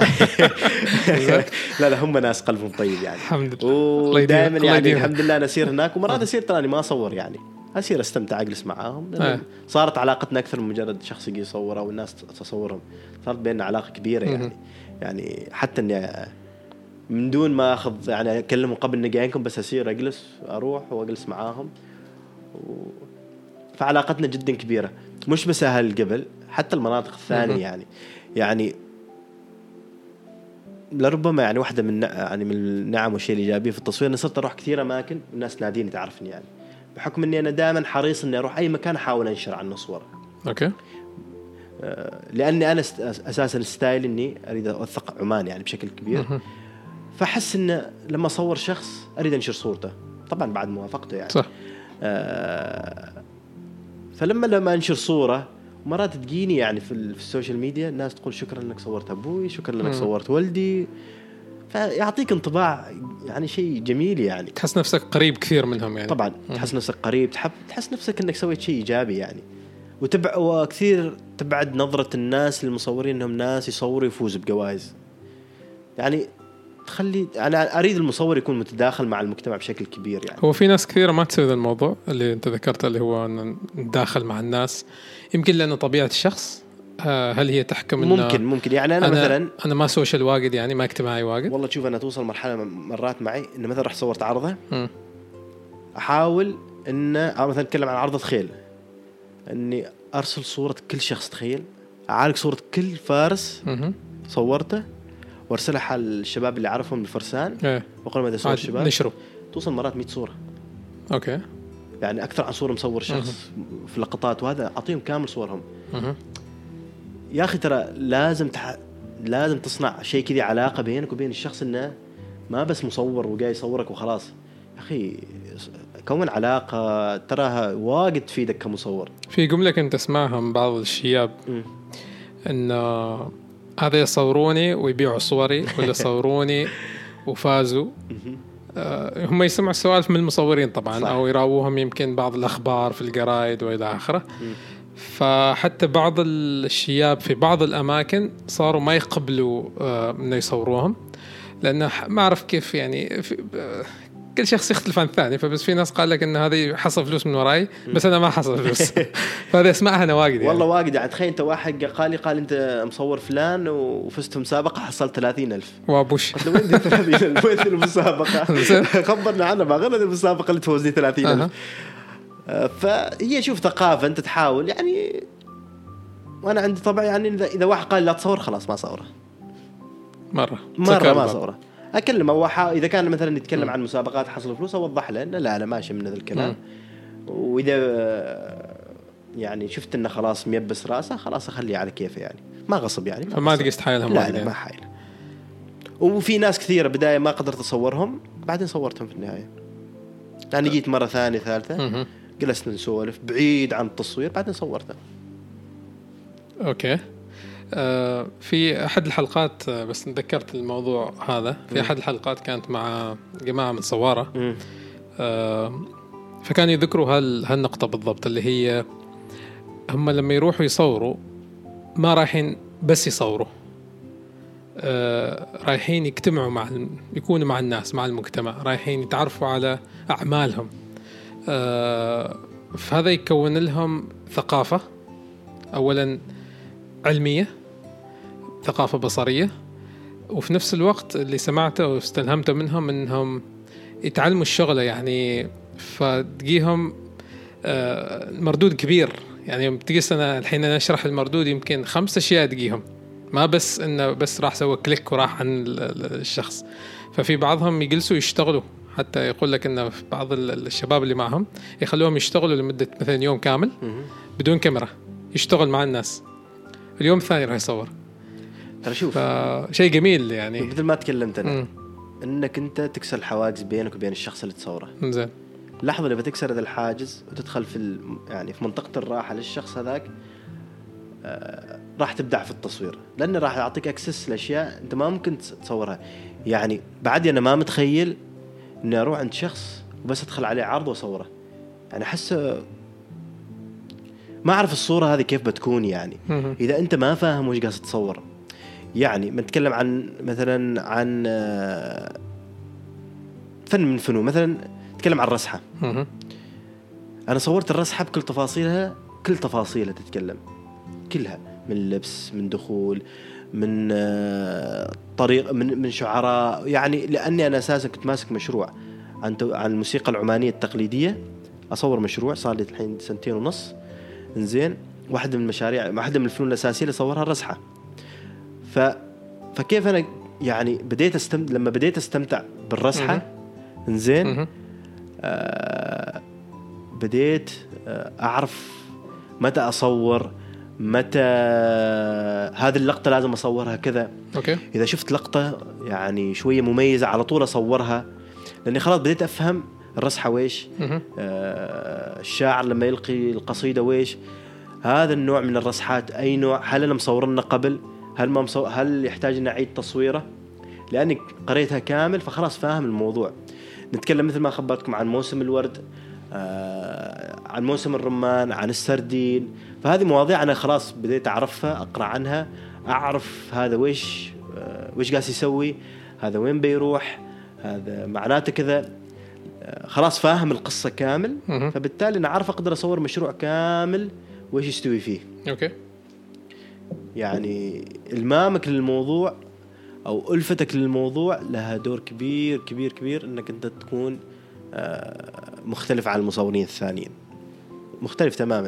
لا هم ناس قلبهم طيب يعني. الحمد لله. ودائما يعني الحمد لله نسير هناك، ومرات أسير تراني ما أصور يعني، أسير أستمتع أجلس معاهم. صارت علاقتنا أكثر من مجرد شخص يجي يصوره أو الناس تصورهم، صارت بيننا علاقة كبيرة يعني حتى إني من دون ما أخذ يعني أكلمهم قبل إني جايكم، بس أسير أجلس أروح وأجلس معاهم. فعلاقتنا جدا كبيرة، مش بس أهل الجبل، حتى المناطق الثانية يعني لربما يعني واحدة من النعم والشيء الإيجابي في التصوير إني صرت أروح كثير أماكن الناس ناديني تعرفني، يعني بحكم إني أنا دائما حريص إني أروح أي مكان أحاول أنشر عنه صور. أوكي. لأني أنا أساسا الستايل إني أريد أوثق عمان يعني بشكل كبير. فأحس إن لما أصور شخص أريد أنشر صورته، طبعا بعد موافقته يعني. صح. فلما أنشر صورة مرات تجيني يعني في السوشيال ميديا الناس تقول شكرا لك صورت أبوي، شكرا لك صورت والدي، فيعطيك انطباع يعني شيء جميل يعني. تحس نفسك قريب كثير منهم يعني. طبعا تحس نفسك قريب، تحس نفسك أنك سويت شيء إيجابي يعني. وكثير تبعد نظرة الناس للمصورين أنهم ناس يصوروا يفوزوا بجوائز يعني. أنا أريد المصور يكون متداخل مع المجتمع بشكل كبير يعني. هو في ناس كثيرة ما تسوي ذا الموضوع اللي أنت ذكرته، اللي هو أن نداخل مع الناس، يمكن لأن طبيعة الشخص هل هي تحكم ممكن يعني أنا ما سوشيال واجد يعني، ما اجتماعي واجد. والله تشوف أنا توصل مرحلة مرات معي إن مثلا رح صورت عرضة أحاول إن مثلا أتكلم عن عرضة خيل، إني أرسل صورة كل شخص، تخيل أعالج صورة كل فارس صورته وارسلها حال الشباب اللي عرفهم بالفرسان. وقال ما صور الشباب نشروا، توصل مرات 100 صورة. اوكي. يعني اكثر عن صورة مصور شخص في لقطات، وهذا اعطيهم كامل صورهم. يا اخي ترى لازم تصنع شيء كذا، علاقة بينك وبين الشخص، انه ما بس مصور وجاي يصورك وخلاص. يا اخي كون علاقة تراها واجد تفيدك كمصور. في جملة كنت اسمعها من بعض الشياب ان هذا يصوروني ويبيعوا صوري، ولا يصوروني وفازوا. هم يسمعوا السوالف من المصورين طبعا، صح. أو يراووهم يمكن بعض الأخبار في الجرايد وإلى آخره. فحتى بعض الشياب في بعض الأماكن صاروا ما يقبلوا إنه يصوروهم، لأنه ما أعرف كيف يعني كل شخص يختلف عن الثاني. فبس في ناس قال لك ان هذه حصل فلوس من وراي، بس انا ما حصل فلوس. فهذا اسمعها انا واجد والله واجد. يعني تخيل انت واحد قال انت مصور فلان وفزت مسابقه حصلت 30,000 وابوش. قلت له وين دي 30,000 وين المسابقه؟ خبرنا عنها، ما غير المسابقه اللي تفوزني 30,000. فهي شوف ثقافه، انت تحاول يعني. وانا عندي طبع يعني اذا واحد قال لا تصور خلاص ما صوره مره ما صوره. اكلمه اذا كان مثلا يتكلم عن مسابقات حصل فلوس اوضح له انه لا انا ماشي من هذا الكلام. واذا يعني شفت انه خلاص ميبس راسه خلاص اخليه على كيفه يعني، ما غصب يعني. ما تقيس حايلهم. لا ما حايل. وفي ناس كثيره بدايه ما قدرت اصورهم، بعدين صورتهم في النهايه. يعني جيت مره ثانيه ثالثه جلسنا نسولف بعيد عن التصوير، بعدين صورته. اوكي. في أحد الحلقات بس تذكرت الموضوع هذا، في أحد الحلقات كانت مع جماعة من صوارة، فكانوا يذكروا هالنقطة بالضبط، اللي هي هم لما يروحوا يصوروا ما رايحين بس يصوروا، رايحين يجتمعوا يكونوا مع الناس، مع المجتمع، رايحين يتعرفوا على أعمالهم. فهذا يكون لهم ثقافة أولا علمية، ثقافة بصرية، وفي نفس الوقت اللي سمعته واستلهمته منهم إنهم يتعلموا الشغلة يعني. فتجيهم مردود كبير يعني. يوم تقيس أنا الحين أنا أشرح المردود يمكن 5 أشياء تجيهم، ما بس إنه بس راح سوى كليك وراح عن الشخص. ففي بعضهم يجلسوا يشتغلوا، حتى يقول لك إنه في بعض الشباب اللي معهم يخلوهم يشتغلوا لمدة مثلا يوم كامل بدون كاميرا، يشتغل مع الناس. اليوم الثاني راح يصور. ترى شوف شيء جميل يعني. مثل ما تكلمت أنا إنك أنت تكسر الحواجز بينك وبين الشخص اللي تصوره. زين. لحظة اللي بتكسر هذا الحاجز وتدخل يعني في منطقة الراحة للشخص هذاك، راح تبدع في التصوير، لأنه راح يعطيك أكسس لأشياء أنت ما ممكن تصورها. يعني بعد أنا ما متخيل إني أروح عند شخص وبس أدخل عليه عرض وأصوره. يعني أحس ما أعرف الصورة هذه كيف بتكون يعني إذا أنت ما فاهم وش قاعد تصور. يعني بنتكلم عن مثلا عن فن من فنون، مثلا نتكلم عن الرسحة. أنا صورت الرسحة بكل تفاصيلها، كل تفاصيلها تتكلم كلها، من لبس، من دخول، من طريق، من شعراء يعني. لأني أنا أساسا كنت ماسك مشروع عن الموسيقى العمانية التقليدية، أصور مشروع صار لي الحين 2.5 سنين. إنزين واحدة من المشاريع، واحدة من الفنون الأساسية اللي صورها الرسحة. فكيف أنا يعني لما بديت أستمتع بالرسحة، إنزين بديت أعرف متى أصور، متى هذه اللقطة لازم أصورها كذا. أوكي. إذا شفت لقطة يعني شوية مميزة على طول أصورها، لأني خلاص بديت أفهم الرسحة ويش، الشاعر لما يلقي القصيدة ويش، هذا النوع من الرسحات أي نوع، هل أنا مصورنا قبل، هل يحتاج أن أعيد تصويره، لأني قريتها كامل فخلاص فاهم الموضوع. نتكلم مثل ما خبرتكم عن موسم الورد، عن موسم الرمان، عن السردين. فهذه مواضيع أنا خلاص بديت أعرفها، أقرأ عنها، أعرف هذا ويش قاس يسوي، هذا وين بيروح، هذا معناته كذا. خلاص فاهم القصة كامل، فبالتالي أنا عارف أقدر أصور مشروع كامل وإيش يستوي فيه. أوكي. يعني المامك للموضوع أو ألفتك للموضوع لها دور كبير كبير كبير، إنك أنت تكون مختلف عن المصورين الثانيين، مختلف تماما.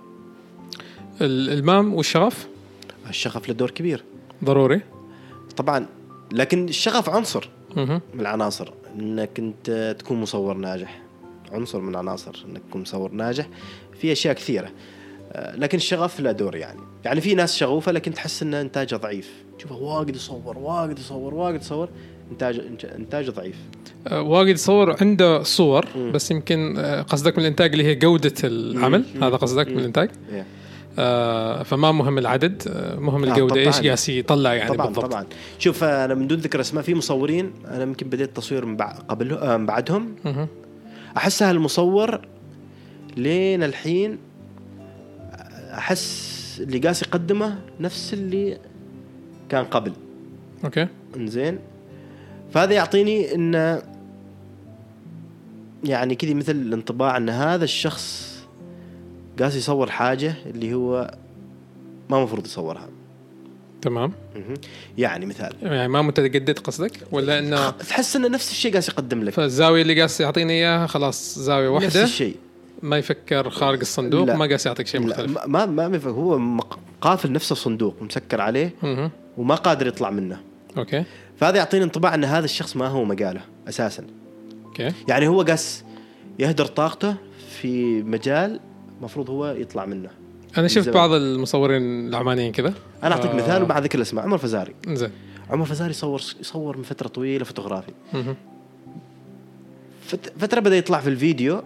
المام والشغف، الشغف له دور كبير ضروري طبعا، لكن الشغف عنصر من العناصر انك انت تكون مصور ناجح، عنصر من عناصر انك تكون مصور ناجح. في اشياء كثيره، لكن الشغف له دور. يعني في ناس شغوفه لكن تحس ان انتاجه ضعيف، تشوفه واجد يصور انتاج ضعيف، واجد يصور عنده صور بس يمكن قصدك من الانتاج اللي هي جوده العمل. هذا قصدك من الانتاج. فما مهم العدد، مهم الجودة. إيش قاس يطلع يعني طبعاً بالضبط. طبعا. شوف أنا من دون ذكر اسماء، في مصورين أنا يمكن بديت تصوير من بعدهم، أحسها المصور لين الحين أحس اللي قاس يقدمه نفس اللي كان قبل. أوكي. إنزين، فهذا يعطيني إن يعني كذا مثل الانطباع ان هذا الشخص قاس يصور حاجة اللي هو ما مفروض يصورها. تمام. يعني مثال، يعني ما متجدد قصدك، ولا انه تحس انه نفس الشيء قاس يقدم لك، فالزاوية اللي قاس يعطيني اياها خلاص زاوية واحدة، نفس الشيء، ما يفكر خارج الصندوق، ما قاس يعطيك شيء مختلف. ما هو قافل نفس الصندوق مسكر عليه وما قادر يطلع منه. اوكي. فهذا يعطيني انطباع ان هذا الشخص ما هو مجاله اساسا. اوكي. يعني هو قاس يهدر طاقته في مجال مفروض هو يطلع منه. انا شفت بعض المصورين العمانيين كذا. انا اعطيك مثال وبعد ذكر الاسماء. عمر فزاري. زين. عمر فزاري يصور من فتره طويله فوتوغرافي. فتره بدا يطلع في الفيديو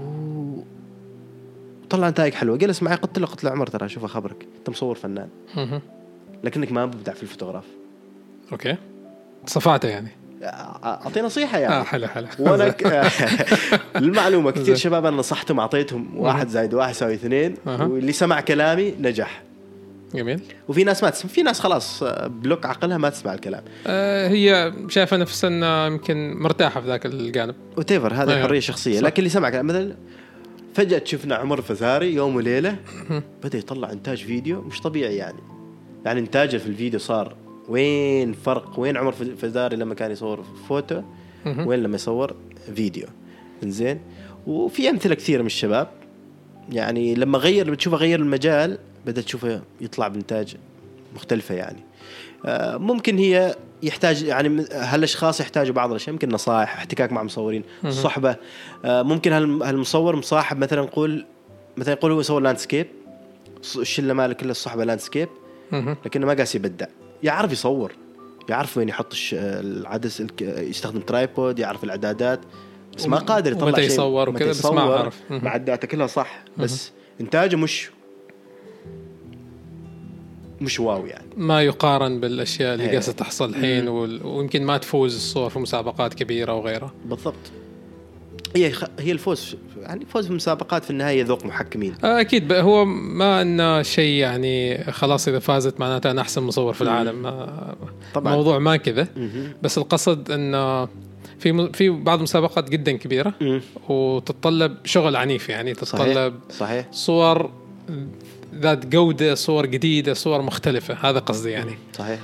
وطلع نتائج حلوه. جلس معي قلت له عمر ترى شوف اخبرك انت مصور فنان لكنك ما ببدع في الفوتوغراف. اوكي. صفعته يعني. اعطي نصيحه يعني. حلو. وانا للمعلومه كثير شباب انا نصحتهم اعطيتهم 1 زائد 1 يساوي 2 واللي سمع كلامي نجح. جميل. وفي ناس ما تسمع، في ناس خلاص بلوك عقلها ما تسمع الكلام. هي شايفه نفسها يمكن مرتاحه في ذاك الجانب وتيفر هذه حريه شخصيه. لكن اللي سمع كلام مثلا فجاه شفنا عمر فزاري يوم وليله بدا يطلع انتاج فيديو مش طبيعي. يعني انتاجه في الفيديو صار وين فرق، وين عمر فزاري لما كان يصور فوتو وين لما يصور فيديو. إنزين. وفي أمثلة كثيرة من الشباب يعني لما بتشوفه غير المجال بدأت تشوفه يطلع بإنتاج مختلفة. يعني ممكن هي يحتاج يعني هالأشخاص يحتاجوا بعض الأشياء، ممكن نصائح، احتكاك مع مصورين، الصحبة. ممكن هالمصور مصاحب مثلا يقول هو يصور لاندسكيب، الشلة ماله كل الصحبة لاندسكيب، لكنه ما قاس يبدع. يعرف يصور، يعرف وين يحط العدس، يستخدم ترايبود، يعرف الإعدادات، بس ما قادر يطلع شيء. يصور وكذا بس ما عارف معداته كلها صح بس إنتاجه مش واو. يعني ما يقارن بالأشياء اللي قاعدة تحصل الحين ويمكن ما تفوز الصور في مسابقات كبيرة وغيرها. بالضبط. هي الفوز، يعني فوز في مسابقات في النهاية ذوق محكمين. أكيد. هو ما أنه شيء يعني خلاص إذا فازت معناته أنا أحسن مصور في العالم. طبعا موضوع ما كذا. بس القصد أنه في بعض المسابقات جدا كبيرة وتتطلب شغل عنيف. يعني تتطلب صحيح. صور ذات جودة، صور جديدة، صور مختلفة. هذا قصدي يعني. صحيح.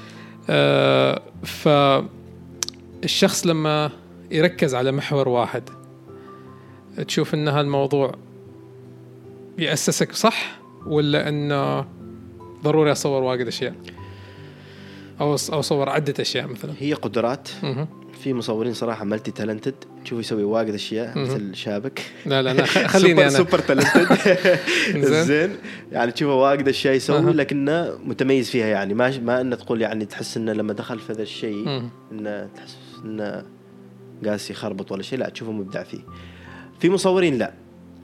فالشخص لما يركز على محور واحد تشوف ان هالموضوع يأسسك صح، ولا انه ضروري اصور واجد اشياء او اصور عدة اشياء مثلا؟ هي قدرات. في مصورين صراحة مالتي تالنتد تشوف يسوي واجد اشياء مثل شابك. لا خليني انا سوبر تالنتد. زين. يعني تشوفه واجد اشياء يسوي لكنه متميز فيها. يعني ما انه تقول يعني تحس انه لما دخل في هذا الشيء انه تحس انه قاس يخربط ولا شيء. لا، تشوفه مبدع فيه. في مصورين لا،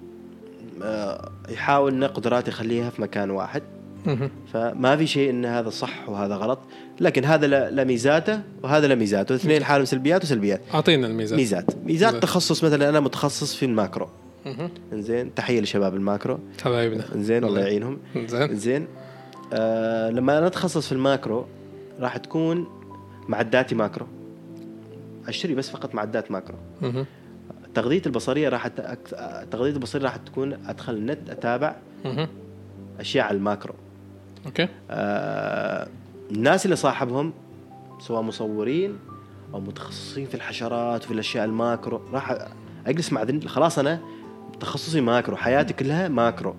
يحاول ان قدراته يخليها في مكان واحد. فما في شيء ان هذا صح وهذا غلط، لكن هذا لا ميزاته وهذا لا ميزاته، اثنين حالهم سلبيات وسلبيات. اعطينا الميزات. تخصص مثلا انا متخصص في الماكرو. انزين. تحيه لشباب الماكرو حبايبنا. انزين الله يعينهم. انزين. لما انا اتخصص في الماكرو راح تكون معداتي ماكرو، اشتري بس فقط معدات ماكرو. تغذية البصرية راح تكون أدخل النت أتابع أشياء على الماكرو. أوكي. الناس اللي صاحبهم سواء مصورين أو متخصصين في الحشرات وفي الأشياء الماكرو راح أجلس مع خلاص أنا تخصصي ماكرو، حياتي كلها ماكرو.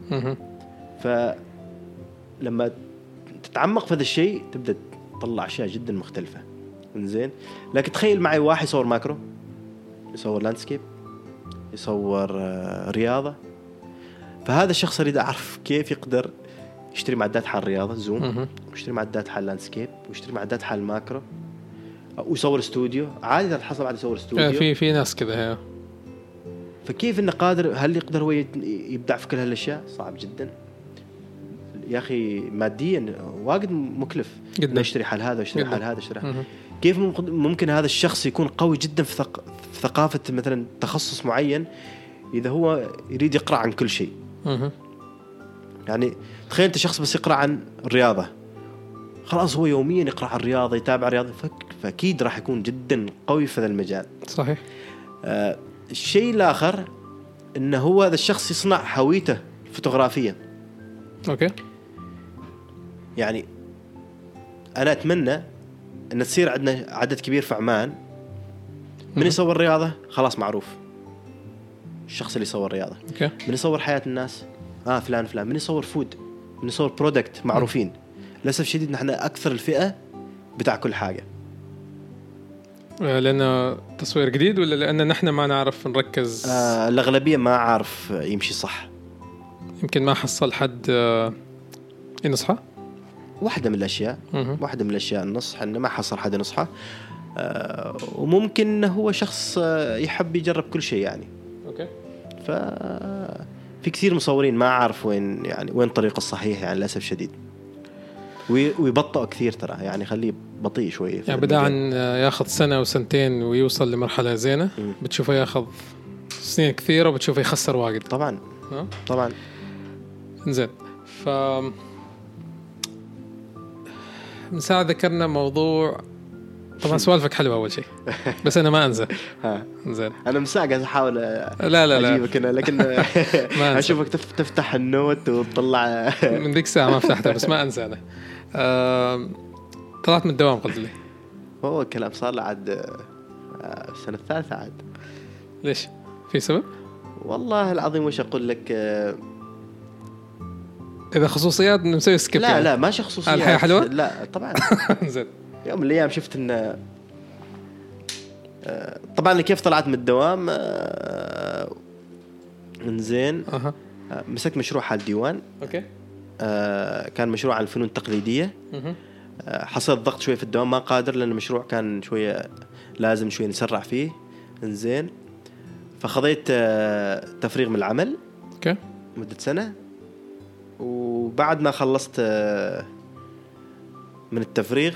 فلما تتعمق في هذا الشيء تبدأ تطلع أشياء جدا مختلفة. إنزين. لكن تخيل معي واحد يصور ماكرو، يصور لاندسكيب، يصور رياضة. فهذا الشخص يريد أعرف كيف يقدر يشتري معدات حال الرياضة زوم، ويشتري معدات حال لاندسكيب، ويشتري معدات حال الماكرو، ويصور استوديو. عادي إذا حصل بعد يصور استوديو. في ناس كذا. فكيف إنه قادر؟ هل يقدر هو يبدع في كل هالأشياء؟ صعب جدا يا أخي. ماديا واجد مكلف جدا. يشتري حال هذا ويشتري حال هذا ويشتري. كيف ممكن هذا الشخص يكون قوي جدا في ثقافة مثلا تخصص معين إذا هو يريد يقرأ عن كل شيء؟ يعني تخيل أنت شخص بس يقرأ عن الرياضة، خلاص هو يوميا يقرأ عن الرياضة، يتابع الرياضة، فأكيد راح يكون جدا قوي في هذا المجال. صحيح. الشيء الآخر إنه هو هذا الشخص يصنع هويته فوتوغرافيا. أوكي. يعني أنا أتمنى أن تصير عندنا عدد كبير في عمان من يصور رياضة خلاص معروف الشخص اللي يصور رياضة. أوكي. من يصور حياة الناس فلان فلان. من يصور فود، من يصور برودكت معروفين. للأسف شديد نحن أكثر الفئة بتاع كل حاجة. لأن تصوير جديد ولا لأن نحن ما نعرف نركز؟ الأغلبية ما عارف يمشي صح. يمكن ما حصل حد ينصحه. واحدة من الأشياء النصح إنه ما حصل حد ينصحه. وممكن هو شخص يحب يجرب كل شيء يعني. أوكي. في كثير مصورين ما عارف وين الطريق الصحيح يعني للأسف شديد. ويبطئ كثير ترى يعني خليه بطيء شوي. يعني بدأ عن ياخذ سنة وسنتين ويوصل لمرحلة زينة بتشوفه ياخذ سنين كثيرة وبتشوفه يخسر واجد. طبعا. إنزين. من ساعة ذكرنا موضوع طبعا سوالفك حلوة أول شيء بس أنا ما أنسى. إنزين. أنا مساق أحاول لا أجيبك هنا لكن أشوفك تفتح النوت وتطلع. من ذيك الساعة ما فتحتها بس ما أنسى أنا. طلعت من الدوام قلت لي. هو الكلام صار لعد السنة الثالثة عاد. ليش؟ في سبب؟ والله العظيم وش أقول لك. إذا خصوصيات نسوي سكيب. لا يعني. لا ماشي خصوصيات. الحياة حلوة؟ لا طبعا. زين. يوم من الأيام شفت إن طبعا كيف طلعت من الدوام. إنزين. مسكت مشروع حال ديوان. أوكي. كان مشروع عن الفنون التقليدية. حصل ضغط شوي في الدوام ما قادر لأن المشروع كان شوية لازم شوي نسرع فيه. إنزين. فخذيت تفريغ من العمل. أوكي. مدة سنة. وبعد ما خلصت من التفريغ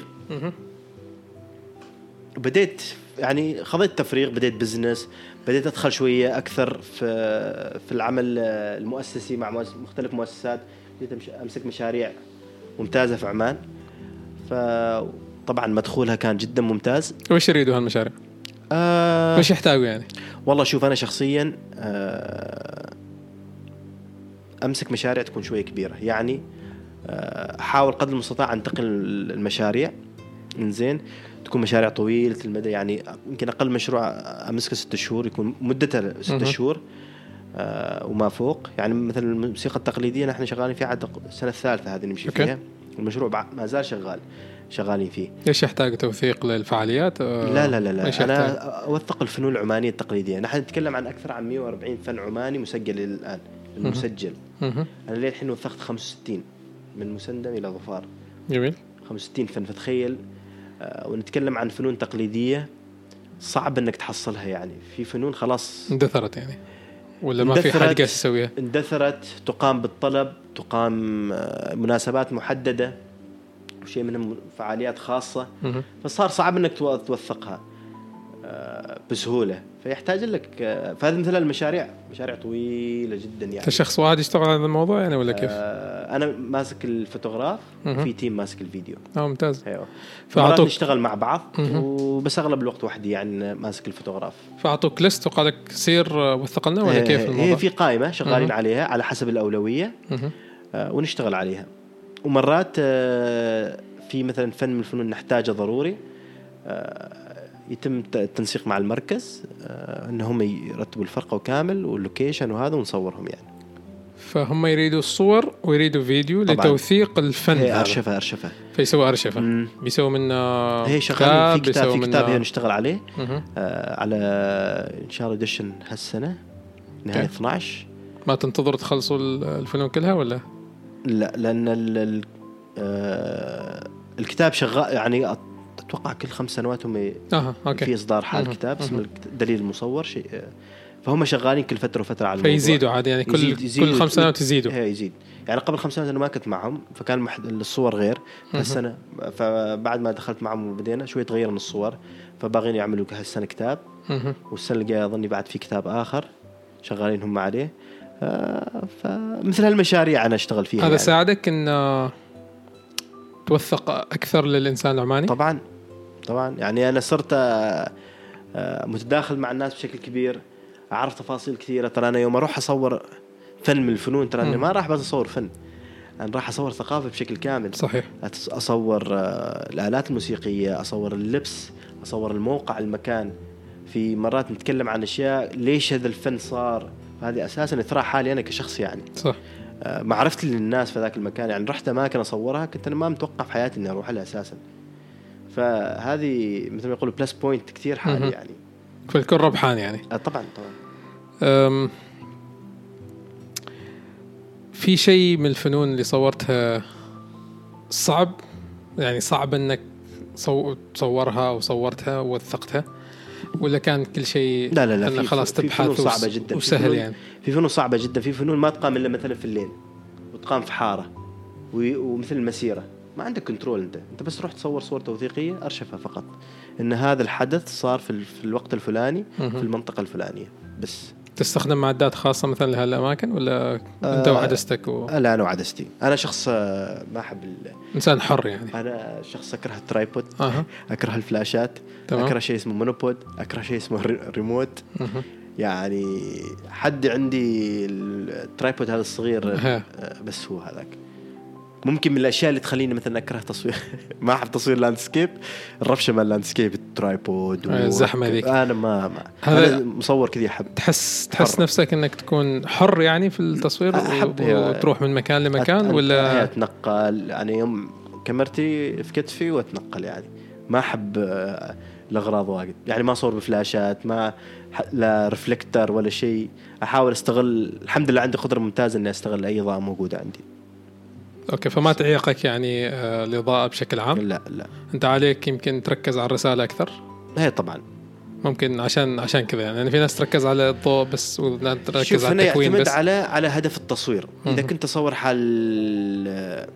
بديت يعني خذيت تفريغ بديت بزنس. بديت أدخل شوية أكثر في العمل المؤسسي مع مختلف مؤسسات. بديت أمسك مشاريع ممتازة في عمان. فطبعا مدخولها كان جدا ممتاز. وش يريدوا هالمشاريع؟ وش يحتاجوا يعني؟ والله شوف أنا شخصيا أمسك مشاريع تكون شوية كبيرة يعني. أحاول قدر المستطاع أنتقل المشاريع. إنزين تكون مشاريع طويلة المدى يعني يمكن أقل مشروع أمسكه 6 شهور يكون مدته 6 شهور وما فوق. يعني مثلا الموسيقى التقليدية نحن شغالين فيها عاد السنة الثالثة هذه نمشي فيها. المشروع ما زال شغالين فيه. إيش يحتاج توثيق للفعاليات؟ لا أنا أوثق الفنون العمانية التقليدية. نحن نتكلم عن أكثر عن 140 فن عماني مسجل الآن. المسجل أنا ليه الحين وثقت 65 من مسندم إلى ظفار. جميل. 65 فن. فتخيل ونتكلم عن فنون تقليدية صعب أنك تحصلها يعني. في فنون خلاص اندثرت يعني ولا ما في حد قاعد يسويها؟ اندثرت. تقام بالطلب. تقام مناسبات محددة وشيء منهم فعاليات خاصة. فصار صعب أنك توثقها بسهولة. فيحتاج لك فهذه مثل المشاريع مشاريع طويلة جدا يعني. شخص واحد يشتغل على هذا الموضوع يعني ولا كيف؟ أنا ماسك الفوتوغراف وفي تيم ماسك الفيديو. ممتاز. أيوة. فأعطوك نشتغل مع بعض وبس أغلب الوقت وحدي يعني ماسك الفوتوغراف. فأعطوك ليست وقالك سير وثق لنا ولا كيف الموضوع؟ هي في قائمة شغالين عليها على حسب الأولوية ونشتغل عليها. ومرات في مثلا فن من الفنون نحتاجه ضروري يتم التنسيق مع المركز انهم يرتبوا الفرقه وكامل واللوكيشن وهذا ونصورهم يعني. فهم يريدوا الصور ويريدوا فيديو لتوثيق الفن. أرشفة فيسووا أرشفة. بيسووا منه هي شغال في كتاب هي نشتغل عليه على إن شاء الله دشن هالسنة نهاية 12. ما تنتظر تخلصوا الفنون كلها ولا؟ لا لأن الكتاب شغال يعني أتوقع كل 5 سنوات هم في إصدار حال كتاب اسمه دليل المصور شيء. فهم شغالين كل فترة وفترة على الموضوع. فيزيدوا عادي يعني كل 5 سنوات يزيدوا. يزيد يعني قبل 5 سنوات أنا ما كنت معهم فكان الصور غير. هالسنة فبعد ما دخلت معهم وبدينا شوية تغير من الصور فباغين يعملوا هالسنة كتاب. والسنة الجاية أظني بعد في كتاب آخر شغالين هم عليه. فمثل هالمشاريع أنا أشتغل فيها. هذا يعني ساعدك إن توثق أكثر للإنسان العماني؟ طبعا يعني أنا صرت متداخل مع الناس بشكل كبير. اعرف تفاصيل كثيره. ترى انا يوم اروح اصور فن من الفنون، ترى انا ما راح بس اصور فن، انا راح اصور ثقافه بشكل كامل. صحيح. اصور الالات الموسيقيه، اصور اللبس، اصور الموقع، المكان. في مرات نتكلم عن اشياء ليش هذا الفن صار، هذه اساسا اثراء حالي انا كشخص يعني. صح. معرفتي للناس في ذاك المكان، يعني رحت اماكن اصورها كنت انا ما متوقع في حياتي اني اروح لها اساسا. فهذه مثل ما يقولوا بلس بوينت كثير حالي يعني. فالكل ربحان يعني. طبعا. في شيء من الفنون اللي صورتها صعب، يعني صعب انك تصورها وصورتها ووثقتها، ولا كان كل شيء لا في خلاص تبحث صعبة جدا وسهل يعني؟ في فنون صعبة جدا، في فنون ما تقام إلا مثلا في الليل، وتقام في حارة ومثل المسيرة، ما عندك كنترول. انت بس تروح تصور صورة توثيقية ارشفها فقط ان هذا الحدث صار في الوقت الفلاني في المنطقة الفلانية. بس تستخدم معدات خاصة مثلا لهالأماكن ولا أنت وعدستك لا أنا وعدستي. أنا شخص ما أحب إنسان حر يعني. أنا شخص أكره الترايبود، أكره الفلاشات، أكره شيء اسمه مونوبود، أكره شيء اسمه ريموت. يعني حد عندي الترايبود هذا الصغير بس هو هذاك. ممكن من الأشياء اللي تخليني مثلا أكره تصوير ما أحب تصوير لاندسكيب، الرفشة مال اللاندسكيب، الترايبود الزحمة ذيك. أنا ما أنا مصور كذي أحب. تحس نفسك إنك تكون حر يعني في التصوير وتروح من مكان لمكان ولا أتنقل يعني؟ يوم كاميرتي في كتفي وأتنقل يعني. ما أحب الأغراض واجد يعني. ما أصور بفلاشات، ما لا رفلكتر ولا شيء. أحاول أستغل، الحمد لله عندي قدرة ممتازة إني أستغل أي إضاءة موجودة عندي. أوكي. فما تعيقك يعني الإضاءة بشكل عام؟ لا أنت عليك يمكن تركز على الرسالة أكثر. هي طبعا ممكن عشان كذا يعني في ناس تركز على الضوء بس وتركز على التكوين بس. بس على هدف التصوير. إذا كنت تصور حال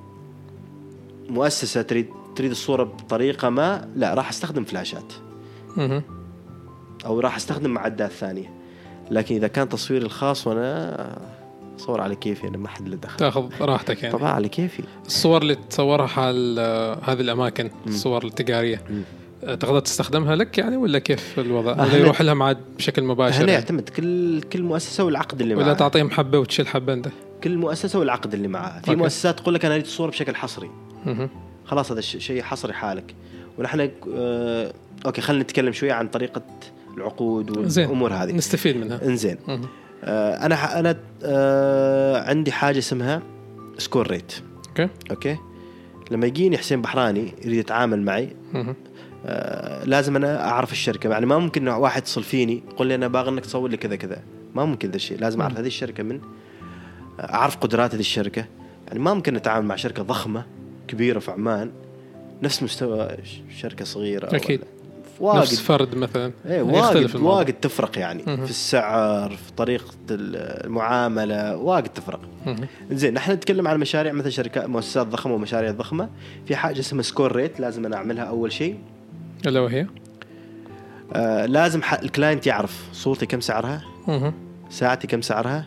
مؤسسة تريد الصورة بطريقة ما، لا راح استخدم فلاشات أو راح استخدم معدات ثانية. لكن إذا كان تصويري الخاص وأنا صور على كيفي، أنا ما حد له دخل، تأخذ راحتك يعني. طبعا على كيفي. الصور اللي تصورها حال هذه الأماكن، الصور التجارية، تقدر تستخدمها لك يعني ولا كيف الوضع؟ ولا يروح لها معاد بشكل مباشر؟ هنا يعتمد كل مؤسسة والعقد اللي معها. ولا تعطيهم حبة وتشيل حبة أنت؟ كل مؤسسة والعقد اللي معها. في مؤسسات تقول لك أنا أريد الصورة بشكل حصري. خلاص هذا شيء حصري حالك. ونحن أوكي خلينا نتكلم شوية عن طريقة العقود والأمور هذه نستفيد منها. إنزين. أنا عندي حاجة اسمها سكور ريت. أوكي. لما يجيني حسين بحراني يريد يتعامل معي، لازم أنا أعرف الشركة. يعني ما ممكن واحد يتصل فيني يقول لي أنا باغي إنك تصور لي كذا كذا، ما ممكن ذا الشيء. لازم أعرف هذه الشركة من أعرف قدرات هذه الشركة. يعني ما ممكن نتعامل مع شركة ضخمة كبيرة في عمان نفس مستوى شركة صغيرة. أكيد. نفس فرد مثلا. واجد تفرق يعني في السعر، في طريقة المعاملة، واجد تفرق. زين نحن نتكلم عن مشاريع مثل شركات مؤسسات ضخمة ومشاريع ضخمة. في حاجة اسمها سكور ريت لازم أنا أعملها أول شيء. ألا وهي لازم الكلاينت يعرف صورتي كم سعرها، ساعتي كم سعرها،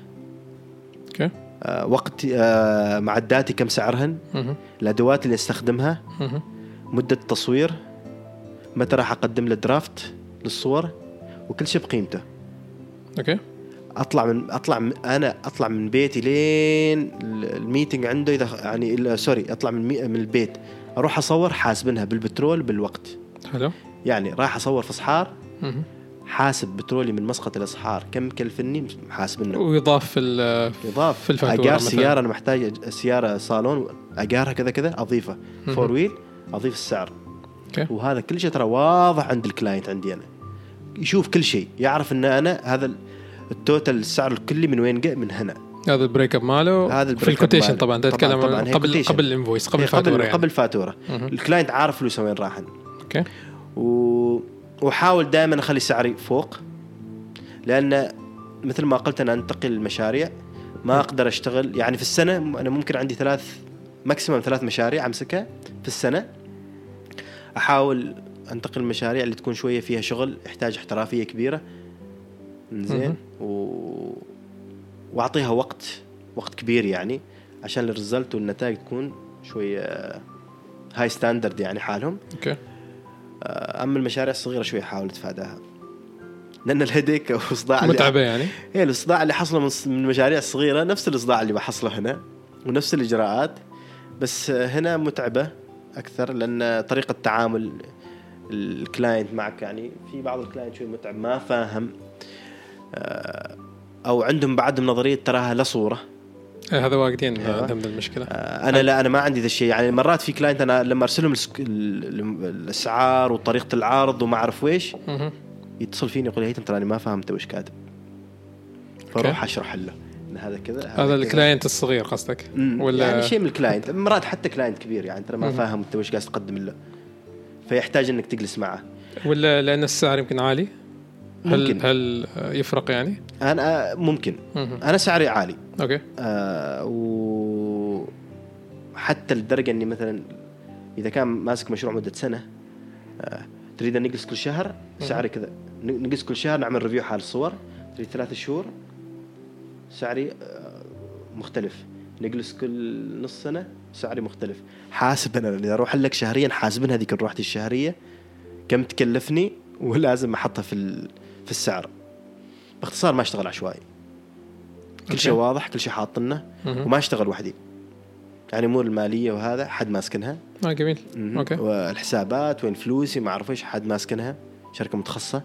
وقت معداتي كم سعرهن، الأدوات اللي استخدمها، مدة التصوير، متى راح أقدم له درافت للصور، وكل شيء بقيمته. أوكي. أطلع من بيتي لين الميتنج عنده، إذا يعني أطلع من البيت أروح أصور حاسبنها بالبترول بالوقت. حلو. يعني راح أصور في صحار، حاسب بترولي من مسقط إلى صحار كم كلفني حاسبنه. ويضاف في الفاتورة. أجار سيارة، أنا محتاج سيارة صالون أجارها كذا كذا أضيفه، فور ويل أضيف السعر. وهذا كل شيء ترى واضح عند الكلاينت عندي أنا. يشوف كل شيء، يعرف أن أنا هذا التوتال السعر الكلي من وين جاء، من هنا. هذا البريك اب ماله في الكوتيشن. طبعا تتكلم قبل الانفويس، قبل الفاتورة قبل الفاتورة. الكلاينت عارف فلوسه وين راحن. وحاول دائما أخلي سعري فوق، لأن مثل ما قلت أنا أنتقل المشاريع، ما أقدر أشتغل يعني في السنة. أنا ممكن عندي ماكسيمم 3 مشاريع أمسكها في السنة. أحاول أنتقل المشاريع اللي تكون شوية فيها شغل يحتاج احترافية كبيرة، زين، وأعطيها وقت كبير يعني عشان الريزلت والنتائج تكون شوية هاي ستاندرد يعني حالهم. أوكي. أما المشاريع الصغيرة شوية حاول أتفاداها. لان الهيديك او الصداع متعبه يعني. هي الصداع اللي حصله من المشاريع الصغيره نفس الصداع اللي بحصله هنا ونفس الاجراءات، بس هنا متعبه اكثر لان طريقه تعامل الكلاينت معك، يعني في بعض الكلاينت شوي متعب ما فاهم او عندهم بعدهم نظريه تراها لا صوره. هذا واجدين عندهم المشكله. انا ما عندي ذا الشيء، يعني مرات في كلاينت انا لما ارسلهم الاسعار وطريقه العرض وما اعرف ويش يتصل فيني يقول هيثم تراني ما فهمت وش كاتب، فاروح اشرح له ان هذا كذا. هذا الكلاينت الصغير قصدك ولا يعني شيء من الكلاينت، مرات حتى كلاينت كبير يعني ترى ما فاهم انت وش قاعد تقدم له، فيحتاج انك تجلس معه. ولا لان السعر يمكن عالي؟ ممكن. هل يفرق يعني؟ انا ممكن انا سعري عالي اوكي. وحتى لدرجه اني مثلا اذا كان ماسك مشروع مده سنه تريد ان نجلس كل شهر سعري كذا، نجلس كل شهر نعمل ريفيو حال الصور. تريد 3 شهور سعري مختلف، نجلس كل نص سنه سعري مختلف. حاسب انا اذا اروح لك شهريا حاسبن هذيك روحتي الشهريه كم تكلفني ولازم احطها في السعر. باختصار ما اشتغل عشوائي، كل شيء واضح، كل شيء حاطنه وما اشتغل وحدي. يعني امور الماليه وهذا حد ماسكنها. جميل. اوكي. والحسابات وين فلوسي ما اعرف ايش حد ماسكنها، شركه متخصصه.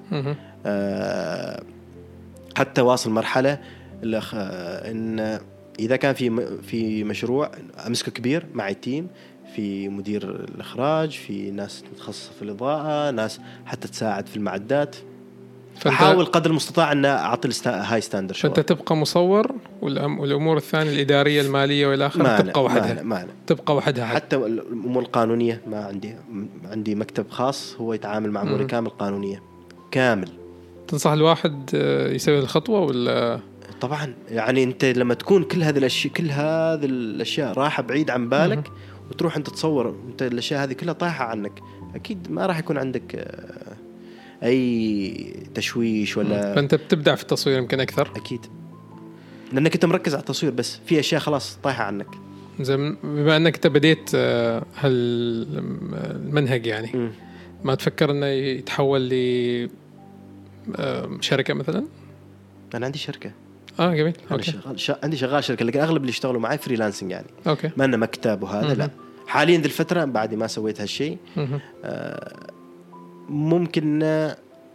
حتى واصل مرحله ان اذا كان في مشروع امسكه كبير معي تيم، في مدير الاخراج، في ناس متخصصه في الاضاءه، ناس حتى تساعد في المعدات. فحاول قدر المستطاع ان اعطي هاي ستاندرد. فانت تبقى مصور والامور الثانيه الاداريه الماليه والى اخره تبقى وحدها. تبقى وحدها. حتى الامور القانونيه ما عندي مكتب خاص هو يتعامل مع امور كامل قانونيه كامل. تنصح الواحد يسوي الخطوه ولا؟ طبعا يعني انت لما تكون كل هذه الاشياء راحه بعيد عن بالك وتروح انت تصور انت الاشياء هذه كلها طايحه عنك، اكيد ما راح يكون عندك اي تشويش ولا. فانت بتبدع في التصوير يمكن اكثر. اكيد لانك انت مركز على التصوير بس، في اشياء خلاص طايحه عنك. زي بما انك انت بديت هالمنهج يعني ما تفكر انه يتحول لشركه مثلا؟ انا عندي شركه. جميل. عندي شغال شركه، لكن اغلب اللي يشتغلوا معي فريلانسنج يعني. اوكي. ما أنا مكتب وهذا لا. حاليا ذي الفتره بعد ما سويت هالشيء ممكن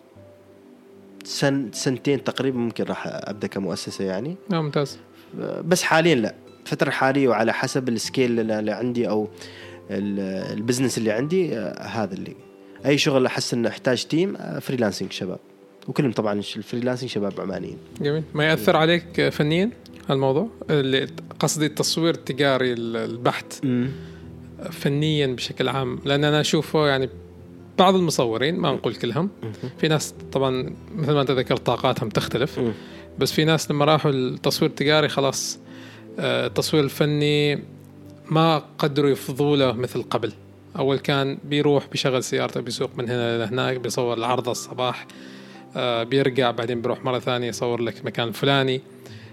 سنتين تقريبا ممكن راح ابدا كمؤسسه يعني. ممتاز. بس حاليا لا، الفتره الحاليه وعلى حسب السكيل اللي عندي او البزنس اللي عندي هذا اللي اي شغل احس انه احتاج تيم فريلانسنج شباب، وكلهم طبعا الفريلانسنج شباب عمانيين. جميل. ما يأثر عليك فنيا هالموضوع؟ اللي قصدي التصوير التجاري البحت فنيا بشكل عام، لأن أنا أشوفه يعني بعض المصورين ما نقول كلهم، في ناس طبعا مثل ما أنت ذكرت طاقاتهم تختلف، بس في ناس لما راحوا التصوير التجاري خلاص التصوير الفني ما قدروا يفضوله مثل قبل. أول كان بيروح بيشغل سيارته بيسوق من هنا لهناك بيصور العرضة الصباح، بيرجع بعدين بيروح مرة ثانية يصور لك مكان الفلاني،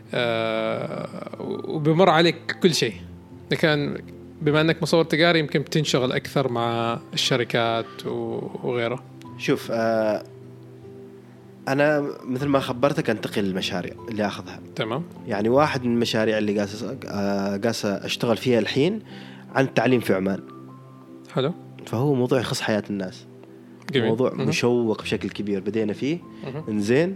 وبمر عليك كل شيء. لكن بما أنك مصور تجاري يمكن بتنشغل أكثر مع الشركات وغيره. شوف أنا مثل ما خبرتك أنتقل للمشاريع اللي أخذها. تمام. يعني واحد من المشاريع اللي قاس أشتغل فيها الحين عن التعليم في عمان. حلو. فهو موضوع يخص حياة الناس. جميل. موضوع مشوق بشكل كبير بدينا فيه. إنزين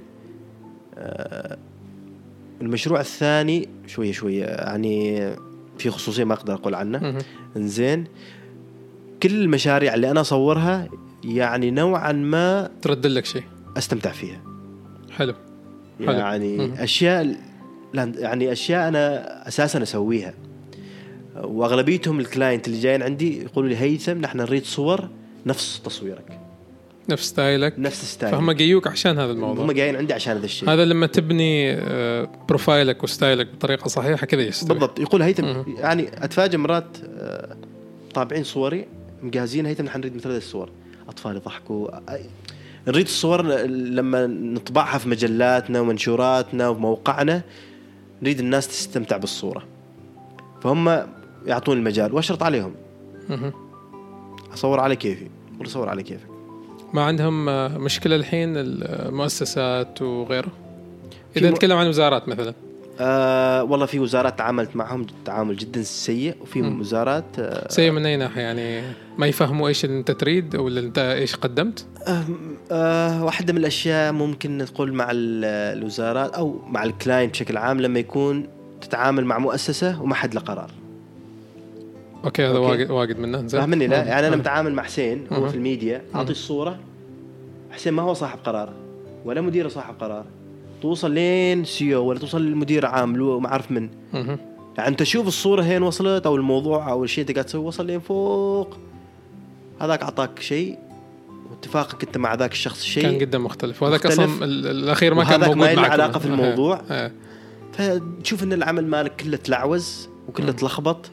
المشروع الثاني شوية يعني في خصوصية ما أقدر أقول عنه. إنزين كل المشاريع اللي أنا أصورها يعني نوعا ما ترد لك شيء أستمتع فيها. حلو. يعني أشياء يعني أشياء أنا أساسا أسويها، وأغلبيتهم الكلاينت اللي جايين عندي يقولوا لي هيثم نحن نريد صور نفس تصويرك، نفس ستايلك. فهم جايوك عشان هذا الموضوع. هم جايين عندي عشان هذا الشيء. هذا لما تبني بروفايلك وستايلك بطريقة صحيحة كذا يستوي. بالضبط. يقول هيثم يعني أتفاجئ مرات طابعين صوري مجهزين هيثم نحن نريد مثل هذه الصور، أطفال يضحكوا، نريد الصور لما نطبعها في مجلاتنا ومنشوراتنا وموقعنا نريد الناس تستمتع بالصورة. فهم يعطون المجال واشرط عليهم. أصور على كيفي، أقول صور على كيفك. ما عندهم مشكلة الحين المؤسسات وغيره؟ إذا نتكلم عن وزارات مثلا. والله في وزارات تعاملت معهم تعامل جدا سيء، وفي وزارات سيء من أي ناحية؟ يعني ما يفهموا إيش اللي أنت تريد ولا أنت إيش قدمت؟ واحدة من الأشياء ممكن تقول مع الوزارات أو مع الكلاينت بشكل عام، لما يكون تتعامل مع مؤسسة وما حد له قرار. أوكي هذا واجد منه. فهمني؟ لا يعني أنا متعامل مع حسين هو في الميديا، أعطي الصورة، حسين ما هو صاحب قرار ولا مدير صاحب قرار، توصل لين سيو ولا توصل للمدير عام وما عارف من. يعني أنت تشوف الصورة هين وصلت أو الموضوع أو الشيء تقعد تسوي وصل لين فوق، هذاك أعطاك شيء واتفاقك أنت مع ذاك الشخص شيء كان جدا مختلف، وهذاك أصلا الأخير ما كان موجود معك، ما علاقة في الموضوع. فتشوف إن العمل مالك كله تلعوز وكله تلخبط.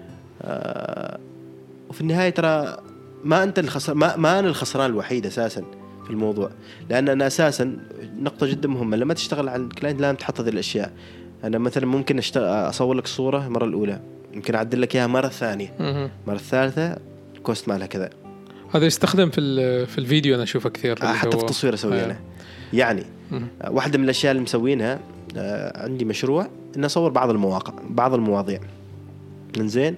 وفي النهاية ترى ما أنت الخسر، ما أنا الخسران الوحيد أساسا في الموضوع، لأن أنا أساسا نقطة جدا مهمة لما تشتغل على الكلاينت لازم تحط هذه الأشياء. أنا مثلا ممكن أصور لك صورة مرة الأولى، يمكن أعدل لك إياها مرة الثانية، مرة الثالثة الكوست مالها كذا. هذا يستخدم في الفيديو، أنا أشوفه كثير حتى في التصوير أسوي أنا. يعني واحدة من الأشياء اللي مسوينها، عندي مشروع إن أصور بعض المواقع بعض المواضيع، من زين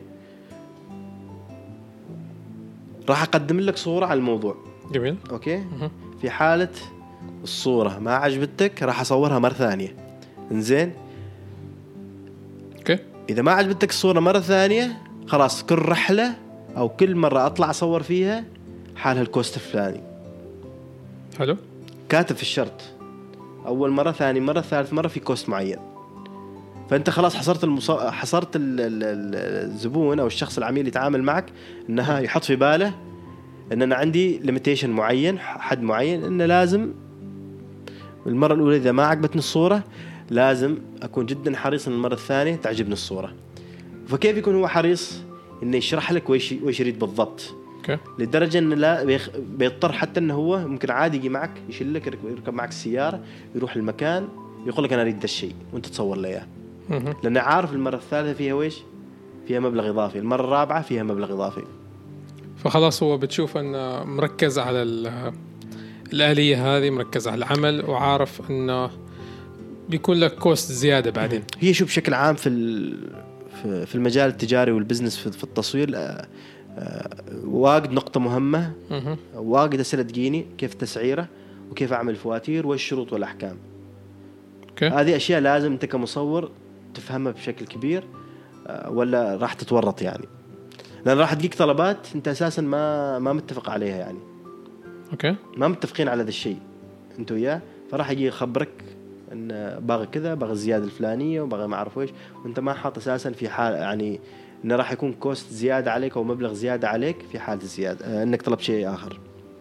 راح أقدم لك صورة على الموضوع. جميل. أوكي. في حالة الصورة ما عجبتك راح أصورها مرة ثانية. إنزين. أوكي. إذا ما عجبتك الصورة مرة ثانية خلاص كل رحلة أو كل مرة أطلع أصور فيها حالها الكوست الفلاني. حلو. كاتب في الشرط أول مرة، ثاني مرة، ثالث مرة في كوست معين. فأنت خلاص حصرت الزبون أو الشخص العميل يتعامل معك إنها يحط في باله إن أنا عندي ليميتيشن معين، حد معين، إنه لازم المرة الأولى إذا ما عجبتني الصورة لازم أكون جدا حريص إن المرة الثانية تعجبني الصورة. فكيف يكون هو حريص إنه يشرح لك وإيش يريد بالضبط. أوكي. لدرجة إنه لا بيضطر حتى إنه هو ممكن عادي يجي معك يشيلك يركب معك السيارة يروح المكان يقول لك أنا أريد ده الشيء وأنت تصور لي إياه، لأنه عارف المرة الثالثة فيها ويش، فيها مبلغ إضافي، المرة الرابعة فيها مبلغ إضافي. فخلاص هو بتشوف أنه مركز على الآلية هذه، مركز على العمل، وعارف أنه بيكون لك كوست زيادة بعدين. هي شو بشكل عام في المجال التجاري والبزنس في التصوير واجد نقطة مهمة، واجد أسئلة تجيني كيف تسعيره وكيف أعمل فواتير والشروط والأحكام. هذه أشياء لازم أنت كمصور تفهمها بشكل كبير، ولا راح تتورط يعني، لأن راح تجيك طلبات أنت أساسا ما متفق عليها يعني. أوكي. ما متفقين على هذا الشيء أنت وياه، فراح يجي يخبرك إن باغي كذا، باغي الزيادة الفلانية وباغي ما أعرف إيش، وأنت ما حاط أساسا في حال يعني إنه راح يكون كوست زيادة عليك أو مبلغ زيادة عليك في حالة الزيادة إنك طلب شيء آخر.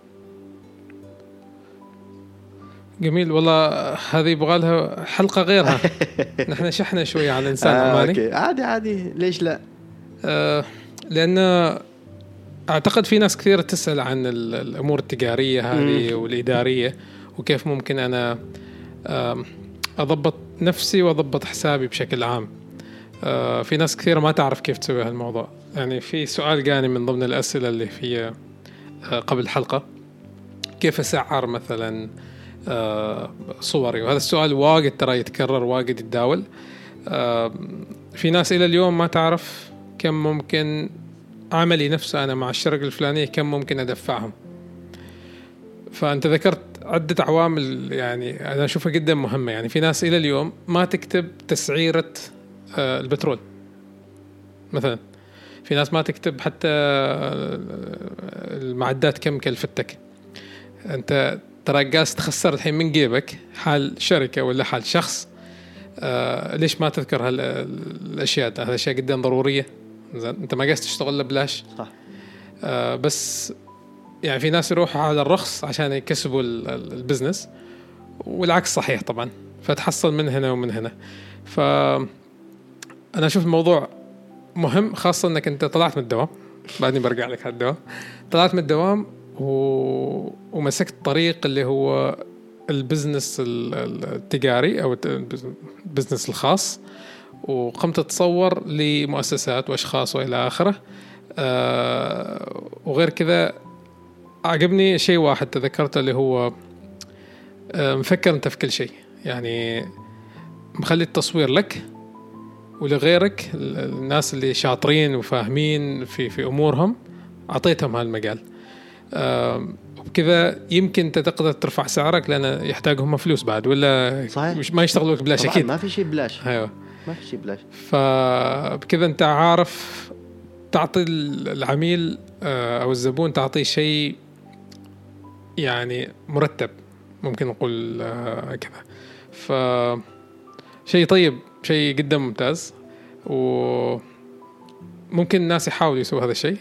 جميل والله، هذه يبغى لها حلقة غيرها. نحن شحنا شوية على الإنسان عماني. عادي ليش لا؟ لأن أعتقد في ناس كثير تسأل عن الأمور التجارية هذه والإدارية، وكيف ممكن أنا أضبط نفسي وأضبط حسابي بشكل عام. في ناس كثير ما تعرف كيف تسوي هالموضوع. يعني في سؤال جاني من ضمن الأسئلة اللي في قبل الحلقة، كيف أسعر مثلا صوري؟ وهذا السؤال واجد ترى يتكرر، واجد يتداول. في ناس إلى اليوم ما تعرف كم ممكن عملي نفسه أنا مع الشركة الفلانية كم ممكن أدفعهم. فأنت ذكرت عدة عوامل يعني أنا أشوفها جدا مهمة. يعني في ناس إلى اليوم ما تكتب تسعيرة البترول مثلا، في ناس ما تكتب حتى المعدات كم كلفتك. أنت ترى قاس تخسر الحين من جيبك، حال شركة ولا حال شخص. ليش ما تذكر هالأشياء؟ هذا أشياء جدا ضرورية. أنت ما قاس تشتغل بلاش، صح. بس يعني في ناس يروحوا على الرخص عشان يكسبوا البزنس، والعكس صحيح طبعا، فتحصل من هنا ومن هنا. فأنا أشوف الموضوع مهم، خاصة أنك أنت طلعت من الدوام، بعدين برجع لك هالدوام. طلعت من الدوام ومسكت طريق اللي هو البزنس التجاري أو البزنس الخاص، وقمت أتصور لمؤسسات وأشخاص وإلى آخره. وغير كذا عجبني شيء واحد تذكرته اللي هو مفكر أنت في كل شيء، يعني مخلي التصوير لك ولغيرك، الناس اللي شاطرين وفاهمين في أمورهم أعطيتهم هالمجال. وبكذا يمكن تقدر ترفع سعرك لأن يحتاجهم فلوس بعد، ولا صحيح. مش ما يشتغلوك بلاش أكيد، ما في شيء بلاش. أيوة. ما في شيء بلاش. فبكذا أنت عارف تعطي العميل أو الزبون تعطيه شيء يعني مرتب، ممكن نقول كذا. فشيء طيب، شيء جدا ممتاز، وممكن الناس يحاولوا يسووا هذا الشيء.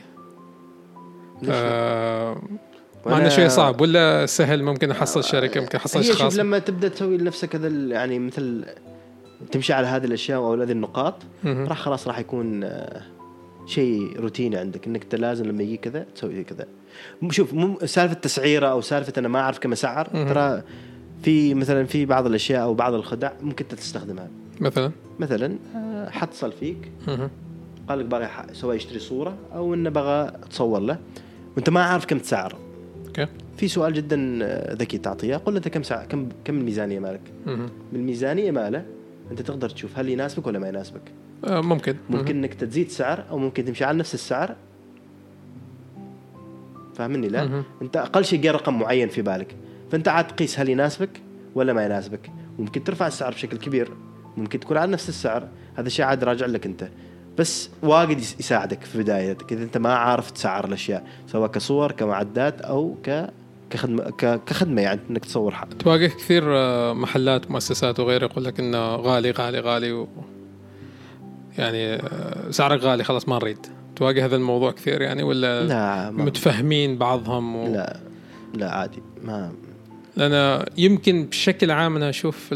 مع انه شيء صعب ولا سهل؟ ممكن احصل شركه، ممكن احصل اشخاص. شوف لما تبدا تسوي لنفسك هذا يعني مثل تمشي على هذه الاشياء او هذه النقاط، خلاص راح يكون شيء روتيني عندك انك انت لازم لما يجي كذا تسوي كذا. شوف سالفه تسعيره او سالفه انا ما اعرف كم اسعر، ترى في مثلا في بعض الاشياء او بعض الخدع ممكن تستخدمها. مثلا حتصل فيك قال لك باغي سواء يشتري صوره او انه باغى تصور له وانت ما عارف كم تسعر. اوكي. في سؤال جدا ذكي تعطيه، قل له انت كم سعر، كم الميزانيه مالك. بالميزانيه ماله انت تقدر تشوف هل يناسبك ولا ما يناسبك. ممكن انك تزيد سعر او ممكن تمشي على نفس السعر. فاهمني؟ لا انت اقل شيء قال رقم معين في بالك، فانت عاد تقيس هل يناسبك ولا ما يناسبك. ممكن ترفع السعر بشكل كبير، ممكن تكون على نفس السعر. هذا الشيء عاد راجع لك انت، بس واجد يساعدك في بدايتك اذا انت ما عارف تسعر الاشياء سواء كصور كمعدات او كخدمه يعني انك تصور حق. تواجه كثير محلات مؤسسات وغيره يقول لك انه غالي غالي غالي يعني سعرك غالي خلاص ما نريد. تواجه هذا الموضوع كثير يعني ولا لا متفهمين بعضهم لا عادي ما. لأن يمكن بشكل عام أنا أشوف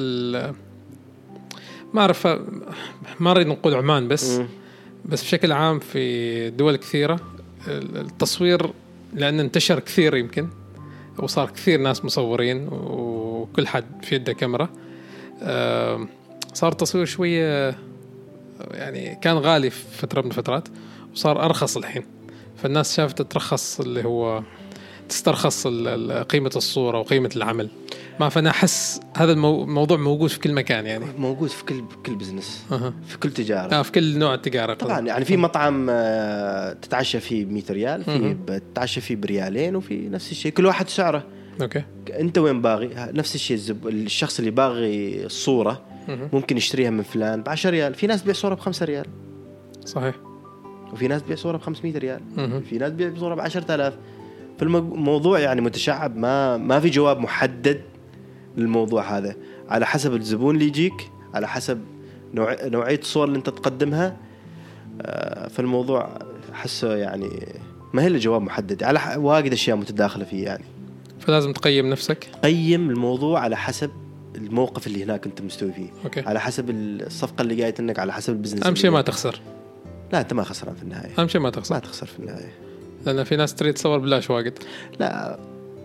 ما أعرف، ما أريد نقول عمان بس بشكل عام في دول كثيرة التصوير لأن انتشر كثير يمكن وصار كثير ناس مصورين وكل حد في يده كاميرا، صار تصوير شوية يعني كان غالي في فترة من الفترات وصار أرخص الحين. فالناس شافت ترخص اللي هو تسترخص قيمة الصورة وقيمة العمل. ما فأنا أحس هذا الموضوع موجود في كل مكان، يعني موجود في كل بزنس في كل تجارة في كل نوع التجارة طبعا. يعني في مطعم تتعشى فيه ب100 ريال، في تتعشى فيه بريالين، وفي نفس الشيء كل واحد سعره. أوكي. أنت وين باغي؟ نفس الشيء الشخص اللي باغي الصورة ممكن يشتريها من فلان ب10 ريال، في ناس بيع صورة ب5 ريال صحيح، وفي ناس بيع صورة ب500 ريال، في ناس بيع صورة ب10,000. فالموضوع يعني متشعب، ما في جواب محدد للموضوع هذا، على حسب الزبون اللي يجيك، على حسب نوعية الصور اللي انت تقدمها. فالموضوع حسه يعني ما هي له جواب محدد، على واجد اشياء متداخلة فيه يعني. فلازم تقيم نفسك، قيم الموضوع على حسب الموقف اللي هناك انت مستوي فيه. أوكي. على حسب الصفقة اللي جايت انك، على حسب البزنس. أهم شيء ما تخسر. لا انت ما خسران في النهاية. أهم شيء ما تخسر في النهاية، لأن في ناس تريد تصور بلاش واجد. لا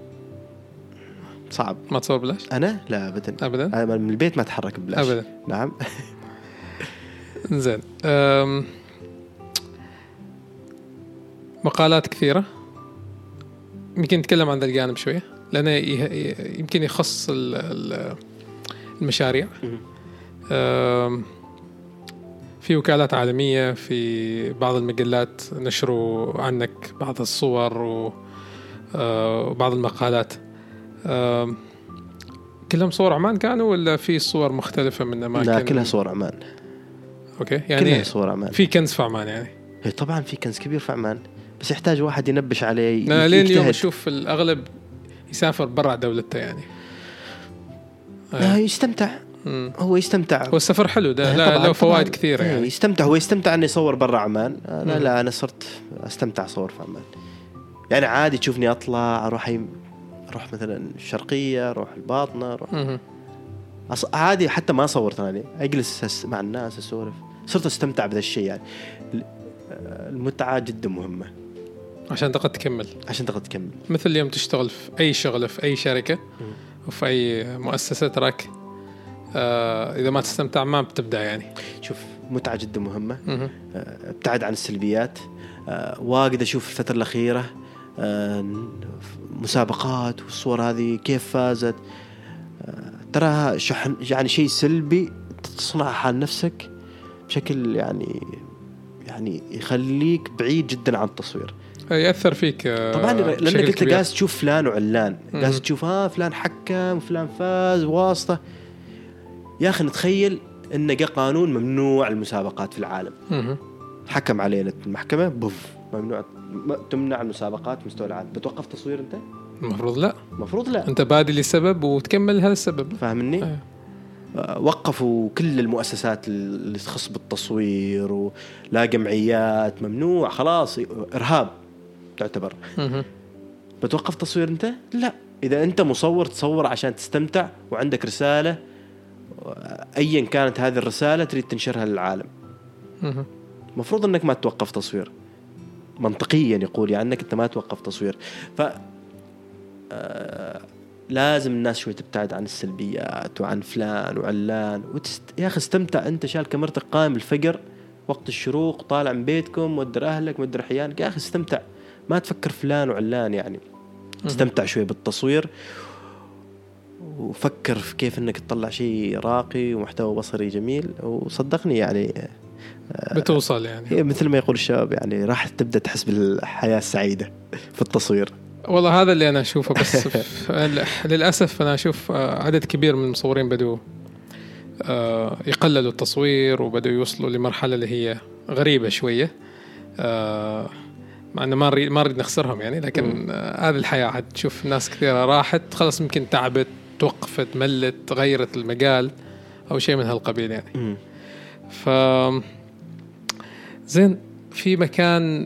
صعب. ما تصور بلاش؟ أنا لا أبدا. أنا من البيت ما أتحرك بلاش أبدا. نعم. زين. مقالات كثيرة، يمكن نتكلم عن ذا الجانب شوية لأنه يمكن يخص المشاريع. في وكالات عالمية، في بعض المجلات نشروا عنك بعض الصور وبعض المقالات. كلهم صور عمان كانوا ولا في صور مختلفة من أماكن؟ لا كلها صور عمان. أوكي. يعني كلها صور عمان. في كنز في عمان يعني؟ طبعا في كنز كبير في عمان، بس يحتاج واحد ينبش عليه. لا لين اليوم أشوف الأغلب يسافر برا دولته يعني. لا يستمتع. هو يستمتع. هو السفر حلو ده، لا له فوائد كثيرة يعني. يستمتع أن يصور برا عمان. أنا صرت أستمتع صور في عمان. يعني عادي تشوفني أطلع أروح مثلا الشرقية، أروح الباطنة، أروح عادي، حتى ما صورت أنا أجلس مع الناس أسولف. صرت أستمتع بهذا الشيء يعني. المتعة جدا مهمة عشان تقدر تكمل. مثل اليوم تشتغل في أي شغلة في أي شركة وفي أي مؤسسة، تراك إذا ما تستمتع ما بتبدأ يعني. شوف متعة جدا مهمة. ابتعد عن السلبيات. واجد أشوف الفترة الأخيرة مسابقات والصور هذه كيف فازت، تراها شحن يعني شيء سلبي تصنعها حال نفسك بشكل يعني يخليك بعيد جدا عن التصوير، يأثر فيك طبعا لأنك أنت قاعد تشوف فلان وعلان، قاعد تشوف فلان حكم وفلان فاز واسطة. يا أخي نتخيل إن جاء قانون ممنوع المسابقات في العالم، حكم علينا المحكمة بوف ممنوع، تمنع المسابقات مستوى العالم، بتوقف تصوير أنت؟ المفروض لا أنت بادي لسبب وتكمل هذا السبب، فاهمني؟ وقفوا كل المؤسسات اللي تخص بالتصوير ولا جمعيات، ممنوع خلاص، إرهاب تعتبر. بتوقف تصوير أنت؟ لا، إذا أنت مصور تصور عشان تستمتع وعندك رسالة أيا كانت هذه الرسالة تريد تنشرها للعالم، مفروض أنك ما توقف تصوير، منطقيا يقول يعني أنك أنت ما توقف تصوير. لازم الناس شوي تبتعد عن السلبيات وعن فلان وعلان يا أخي استمتع أنت، شال كاميرتك قائم الفجر وقت الشروق طالع من بيتكم مودر أهلك مودر حيانك، يا أخي استمتع، ما تفكر فلان وعلان يعني. استمتع شوي بالتصوير وفكر في كيف أنك تطلع شيء راقي ومحتوى بصري جميل، وصدقني يعني بتوصل يعني مثل ما يقول الشباب يعني راح تبدأ تحس بالحياة السعيدة في التصوير. والله هذا اللي أنا أشوفه، بس للأسف أنا أشوف عدد كبير من المصورين بدوا يقللوا التصوير وبدوا يوصلوا لمرحلة اللي هي غريبة شوية، مع أنه ما نريد نخسرهم يعني، لكن هذه الحياة عاد تشوف ناس كثيرة راحت خلاص، ممكن تعبت توقفت ملت غيرت المجال أو شيء من هالقبيل يعني. زين، في مكان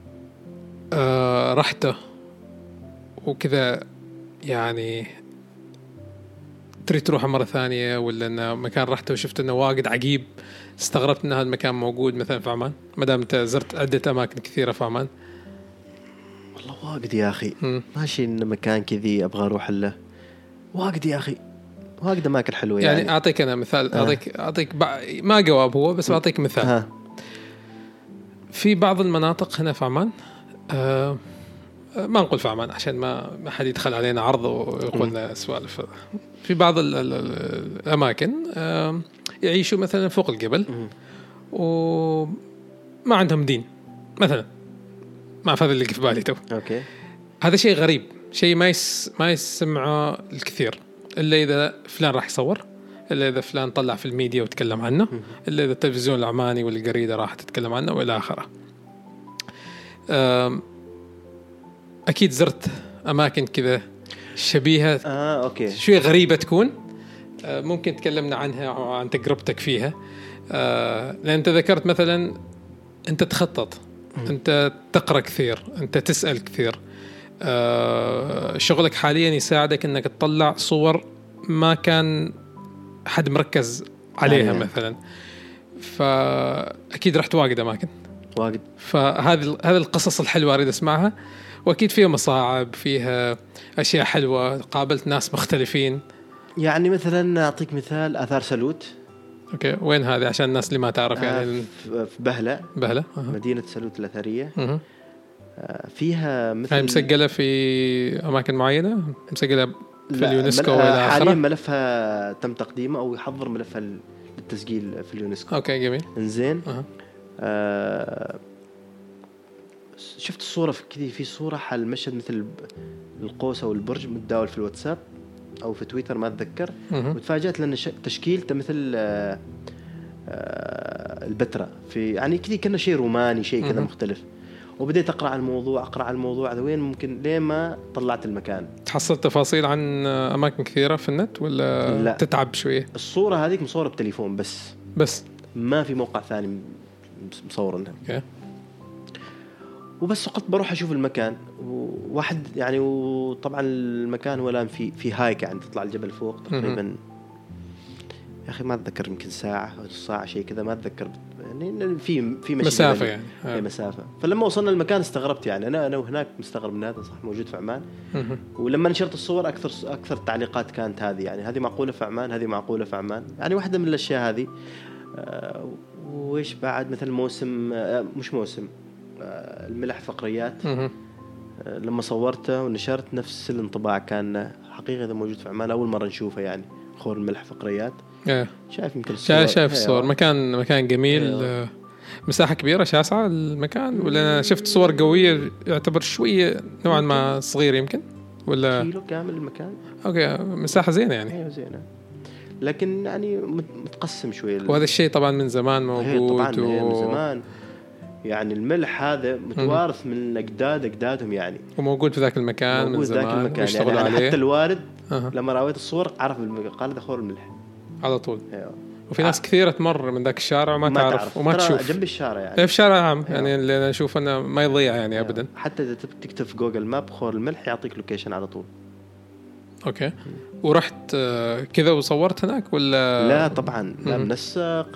رحته وكذا يعني تريد تروح مرة ثانية، ولا إنه مكان رحته وشفت إنه واجد عجيب استغربت إن هذا المكان موجود مثلا في عمان، ما دام أنت زرت عدة أماكن كثيرة في عمان؟ والله واجد يا أخي، ماشي إن مكان كذي أبغى أروح له، واجد يا أخي، واجد أماكن حلوة يعني. أعطيك أنا مثال، أعطيك ما جواب هو، بس أعطيك مثال. في بعض المناطق هنا في عمان، ما نقول في عمان عشان ما حد يدخل علينا عرض ويقول لنا سوالف. في بعض الأماكن يعيشوا مثلا فوق الجبل وما عندهم دين مثلا، ما هذا اللي في بالي تو. أوكي. هذا شيء غريب، شيء ما يسمعه الكثير، إلا إذا فلان راح يصور، إلا إذا فلان طلع في الميديا وتكلم عنه، إلا إذا التلفزيون العماني والجريدة راح تتكلم عنه وإلى آخره. أكيد زرت أماكن كذا شبيهة، أوكي، شوية غريبة تكون، ممكن تكلمنا عنها وعن تجربتك فيها. لأن أنت ذكرت مثلا أنت تخطط، أنت تقرأ كثير، أنت تسأل كثير، شغلك حاليا يساعدك أنك تطلع صور ما كان حد مركز عليها مثلا، فأكيد رحت واجد أماكن واجد. فهذه القصص الحلوة أريد أسمعها، وأكيد فيها مصاعب، فيها أشياء حلوة، قابلت ناس مختلفين. يعني مثلا أعطيك مثال آثار سلوت. أوكي، وين هذه عشان الناس اللي ما تعرف؟ يعني في بهلة. مدينة سلوت الأثرية. فيها مثل هي مسجلة في أماكن معينة، مسجلة في اليونسكو وإلى آخره. حاليا ملفها تم تقديمه أو يحضر ملفها للتسجيل في اليونسكو. أوكي جميل. إنزين. شفت الصورة في صورة حال المشهد مثل القوس أو البرج متداول في الواتساب أو في تويتر ما أتذكر، وتفاجأت لأن تشكيلته مثل البتراء، في يعني كذي كنا شيء روماني، شيء كذا مختلف. وبديت أقرأ عن الموضوع هذا وين ممكن، ليه ما طلعت المكان. تحصلت تفاصيل عن أماكن كثيرة في النت ولا لا. تتعب شوية؟ الصورة هذيك مصورة بتليفون بس ما في موقع ثاني مصورنها. وبس قلت بروح أشوف المكان، وواحد يعني، وطبعا المكان هو الآن في هايك يعني تطلع الجبل فوق تقريبا، يا أخي ما أتذكر يمكن ساعة أو نص ساعة شيء كذا، ما أتذكر يعني في مسافة يعني. في مسافة. فلما وصلنا المكان استغربت يعني، أنا وهناك مستغرب من هذا، صح موجود في عمان. ولما نشرت الصور أكثر التعليقات كانت هذه، يعني هذه معقولة في عمان، هذه معقولة في عمان، يعني واحدة من الأشياء هذه. وإيش بعد مثل موسم، مش موسم، الملح فقريات لما صورته ونشرت نفس الانطباع كان حقيقة إذا موجود في عمان أول مرة نشوفه يعني خور الملح فقريات. شايف يمكن الصور شايف الصور مكان جميل. مساحة كبيرة شاسعة المكان ولا أنا شفت صور قوية يعتبر شوية نوعا ما صغير يمكن ولا كيلو كامل المكان. أوكي مساحة زينة يعني. أيوة زينة لكن يعني متقسم شوية. وهذا الشيء طبعا من زمان موجود. طبعا من زمان يعني الملح هذا متوارث من أجدادهم يعني وموجود في ذاك المكان من زمان يعني عليه. حتى الوالد لما راويت الصور عرف قال هذا خور الملح على طول. وفي ناس كثيرة تمر من ذاك الشارع وما تعرف وما تشوف جنب الشارع يعني في شارع عام يعني اللي أنا أشوف أنه ما يضيع يعني أبدا. حتى إذا تكتب في جوجل ماب خور الملح يعطيك لوكيشن على طول. أوكي. ورحت كذا وصورت هناك ولا؟ لا طبعا لا منسق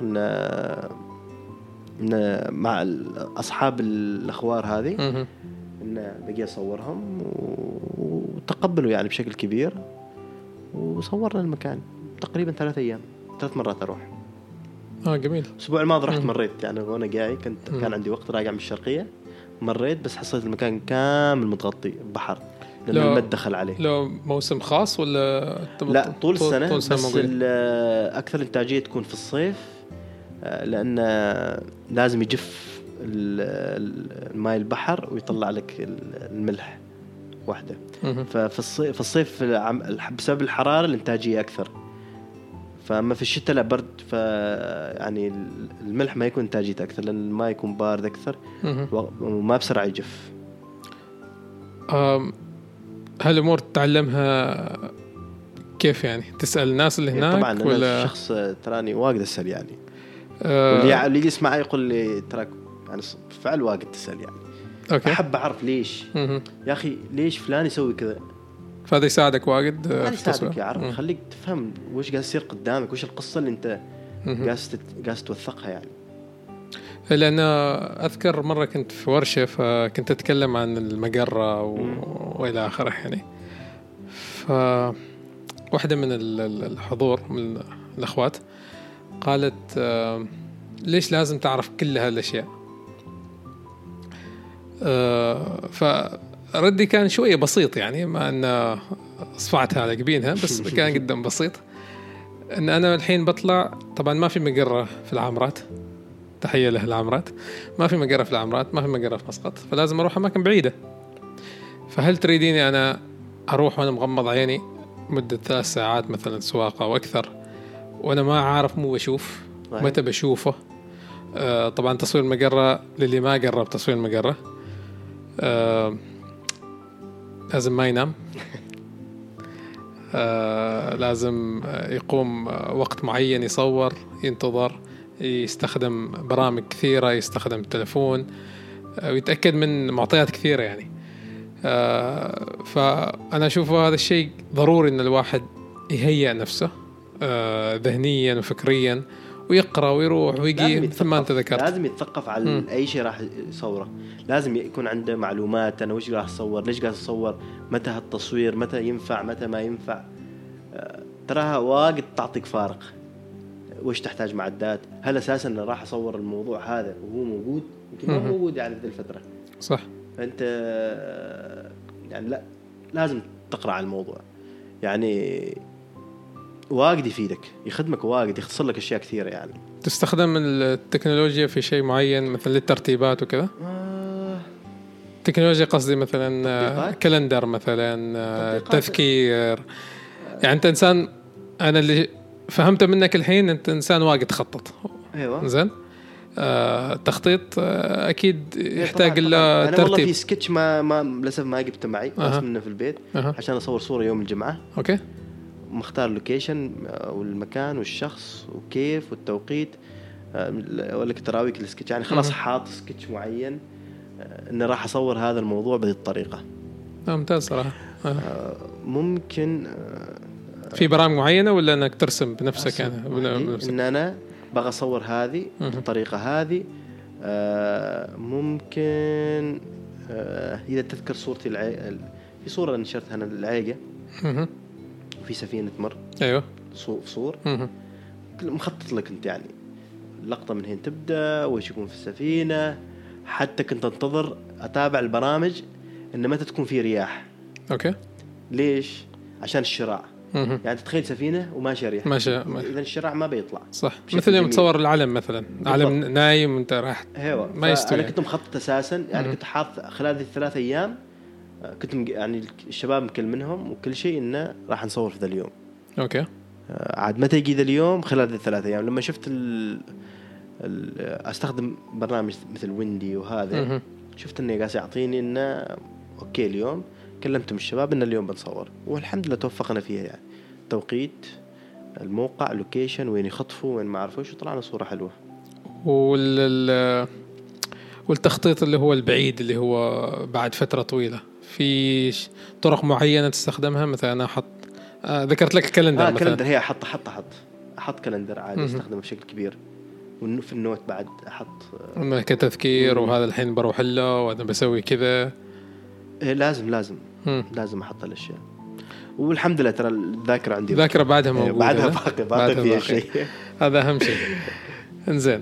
مع أصحاب الأخبار هذه إن بقي أصورهم وتقبلوا يعني بشكل كبير وصورنا المكان تقريبا 3 أيام 3 مرات أروح. جميل. الأسبوع الماضي رحت مريت يعني وأنا قاعد كان عندي وقت راجع من الشرقية مريت بس حصلت المكان كامل متغطي بحر لأن المد دخل عليه. لو موسم خاص ولا لا طول السنة بس أكثر إنتاجية تكون في الصيف لأن لازم يجف الماء البحر ويطلع لك الملح واحدة. ففي الصيف بسبب الحرارة الإنتاجية أكثر. فأما في الشتاء لا برد يعني الملح ما يكون إنتاجيته أكثر لأن الماء يكون بارد أكثر وما بسرعة يجف. هالأمور تتعلمها كيف يعني تسأل الناس اللي هناك طبعا ولا؟ أنا شخص تراني واجد أسأل يعني واللي يجي يسمع يقول لي تراك يعني فعل واجد تسأل يعني. أوكي. أحب أعرف ليش يا أخي ليش فلان يسوي كذا. فهذا يساعدك واجد في التصوير. يعرف خليك تفهم وش قاعد يصير قدامك وش القصة اللي أنت قاعد توثقها يعني. لأن أذكر مرة كنت في ورشة فكنت أتكلم عن المجرة وإلى آخره يعني. فواحدة من الحضور من الأخوات قالت ليش لازم تعرف كل هالأشياء. فردي كان شوية بسيط يعني ما أن صفعتها على جبينها بس كان جدا بسيط. أن أنا الحين بطلع طبعا ما في مجرة في العمرات تحية له العمرات ما في مجرة في العمرات ما في مجرة في مسقط فلازم أروح أماكن بعيدة. فهل تريديني أنا أروح وأنا مغمض عيني مدة 3 ساعات مثلا سواقة أو أكثر وأنا ما عارف مو بشوف متى بشوفه. طبعا تصوير المجرة للي ما جرب تصوير المجرة لازم ما ينام لازم يقوم وقت معين يصور ينتظر يستخدم برامج كثيرة يستخدم التلفون ويتأكد من معطيات كثيرة يعني. فأنا أشوف هذا الشيء ضروري أن الواحد يهيئ نفسه ذهنيا وفكريا ويقرأ ويروح ويجي مثل ما أنت ذكرت. لازم يتثقف على أي شيء راح يصوره. لازم يكون عنده معلومات أنا وش راح أصور ليش قاعد أصور متى هالتصوير متى ينفع متى ما ينفع. تراها واجد تعطيك فارق. وش تحتاج معدات هل أساسا أنا راح أصور الموضوع هذا وهو موجود يمكن ما موجود يعني في ذي الفترة. صح. فأنت يعني لا لازم تقرأ على الموضوع يعني واجد يفيدك يخدمك واجد يختصر لك أشياء كثيرة يعني. تستخدم التكنولوجيا في شيء معين مثل للترتيبات وكذا؟ تكنولوجيا قصدي مثلا كالندر مثلا تذكير يعني أنت إنسان أنا اللي فهمته منك الحين أنت إنسان واجد تخطط. أيوة. زين. تخطيط أكيد يحتاج إلى ترتيب. أنا والله في سكتش ما للأسف ما جبته معي بس منه في البيت عشان أصور صورة يوم الجمعة. أوكي. مختار اللوكيشن والمكان والشخص وكيف والتوقيت أقول لك تراويك السكتش يعني خلاص حاط سكتش معين إن راح أصور هذا الموضوع بهذه الطريقة. ممتاز صراحة. ممكن في برامج معينة ولا أنك ترسم بنفسك يعني بنفسك؟ إن أنا بغى أصور هذه بالطريقة هذه. ممكن إذا تذكر صورتي في صورة نشرتها أنا العيقة في سفينة تمر. أيوة. صور مخطط لك أنت يعني اللقطة من هين تبدأ وش يكون في السفينة. حتى كنت أنتظر أتابع البرامج إن متى تكون في رياح. اوكي. ليش؟ عشان الشراع. يعني تتخيل سفينة وماشي رياح، ماشي. إذا الشراع ما بيطلع. صح، مثل يوم تصور العلم مثلا، علم نايم وانت راح ما يستوي. أنا كنت مخطط أساسا، يعني كنت حاط خلال هذه 3 أيام كنت يعني الشباب مكلمنهم وكل شيء إنه راح نصور في ذا اليوم. اوكي. عاد متى يجي ذا اليوم؟ خلال هذه 3 أيام. لما شفت استخدم برنامج مثل ويندي وهذا، شفت انه قاعد يعطيني انه اوكي اليوم. كلمتهم الشباب ان اليوم بنصور، والحمد لله توفقنا فيها. يعني توقيت، الموقع، لوكيشن، وين يخطفوا، وين ما اعرف ايش، وطلعنا صورة حلوة. والتخطيط اللي هو البعيد، اللي هو بعد فترة طويلة، في طرق معينة تستخدمها؟ مثلا انا احط ذكرت لك الكالندر مثلا. كالندر هي احط كالندر عادي استخدمه بشكل كبير. وفي النوت بعد احط كتذكير، وهذا الحين بروح له وانا بسوي كذا. لازم احط الاشياء. والحمد لله ترى الذاكره عندي، الذاكره بعدها موجوده، بعدها باقي فيها شيء. هذا اهم شيء. انزين،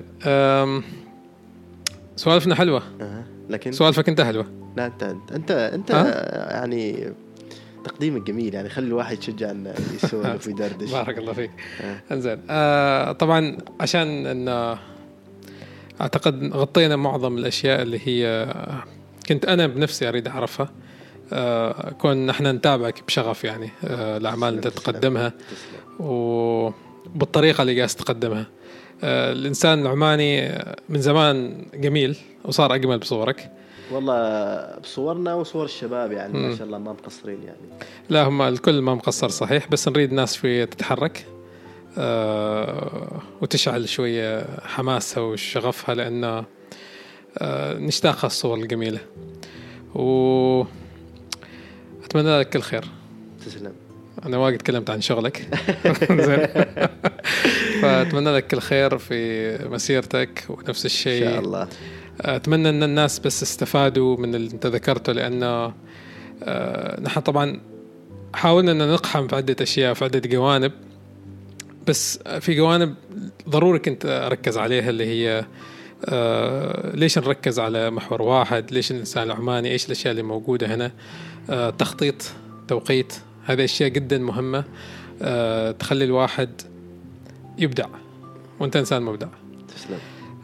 سوالفنا حلوه، لكن سوالفك انت حلوه. لا انت يعني تقديمك جميل، يعني خلي الواحد يتشجع انه يسولف ويدردش. بارك الله فيك. انزين، طبعا عشان ان اعتقد غطينا معظم الاشياء اللي هي كنت انا بنفسي اريد اعرفها. كون احنا نتابعك بشغف، يعني الاعمال اللي تقدمها وبالطريقه اللي قاعد تقدمها. الانسان العماني من زمان جميل وصار اجمل بصورك. والله بصورنا وصور الشباب يعني ما شاء الله ما مقصرين يعني. لا، هم الكل ما مقصر صحيح، بس نريد ناس شوية تتحرك وتشعل شوية حماسها وشغفها، لأن نشتاق الصور الجميلة. وأتمنى لك كل خير. تسلم. أنا واجد تكلمت عن شغلك. فأتمنى لك كل خير في مسيرتك، ونفس الشيء إن شاء الله. أتمنى أن الناس بس استفادوا من اللي أنت ذكرته، لأن نحن طبعا حاولنا أن نقحم في عدة أشياء، في عدة جوانب، بس في جوانب ضروري كنت أركز عليها، اللي هي ليش نركز على محور واحد، ليش الإنسان العماني، إيش الأشياء اللي موجودة هنا. تخطيط، توقيت، هذه أشياء جدا مهمة تخلي الواحد يبدع، وأنت إنسان مبدع. تسلم.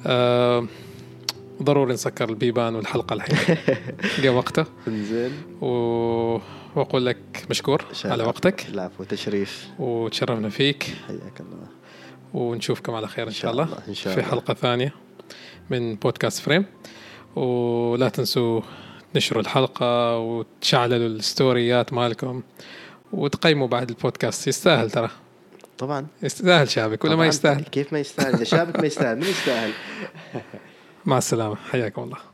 ضروري نسكر البيبان والحلقة الحين جاء وقته. انزين. وأقول لك مشكور على وقتك. العفو، تشريف، وتشرفنا فيك. حياك الله. ونشوفكم على خير إن شاء الله في الله. حلقة ثانية من بودكاست فريم. ولا تنسوا تنشروا الحلقة وتشعللوا الستوريات مالكم وتقيموا بعد البودكاست. يستاهل ترى، طبعا يستاهل. شابك ولا ما يستاهل؟ كيف ما يستاهل؟ إذا شابك ما يستاهل، من يستاهل؟ مع السلامة، حياكم الله.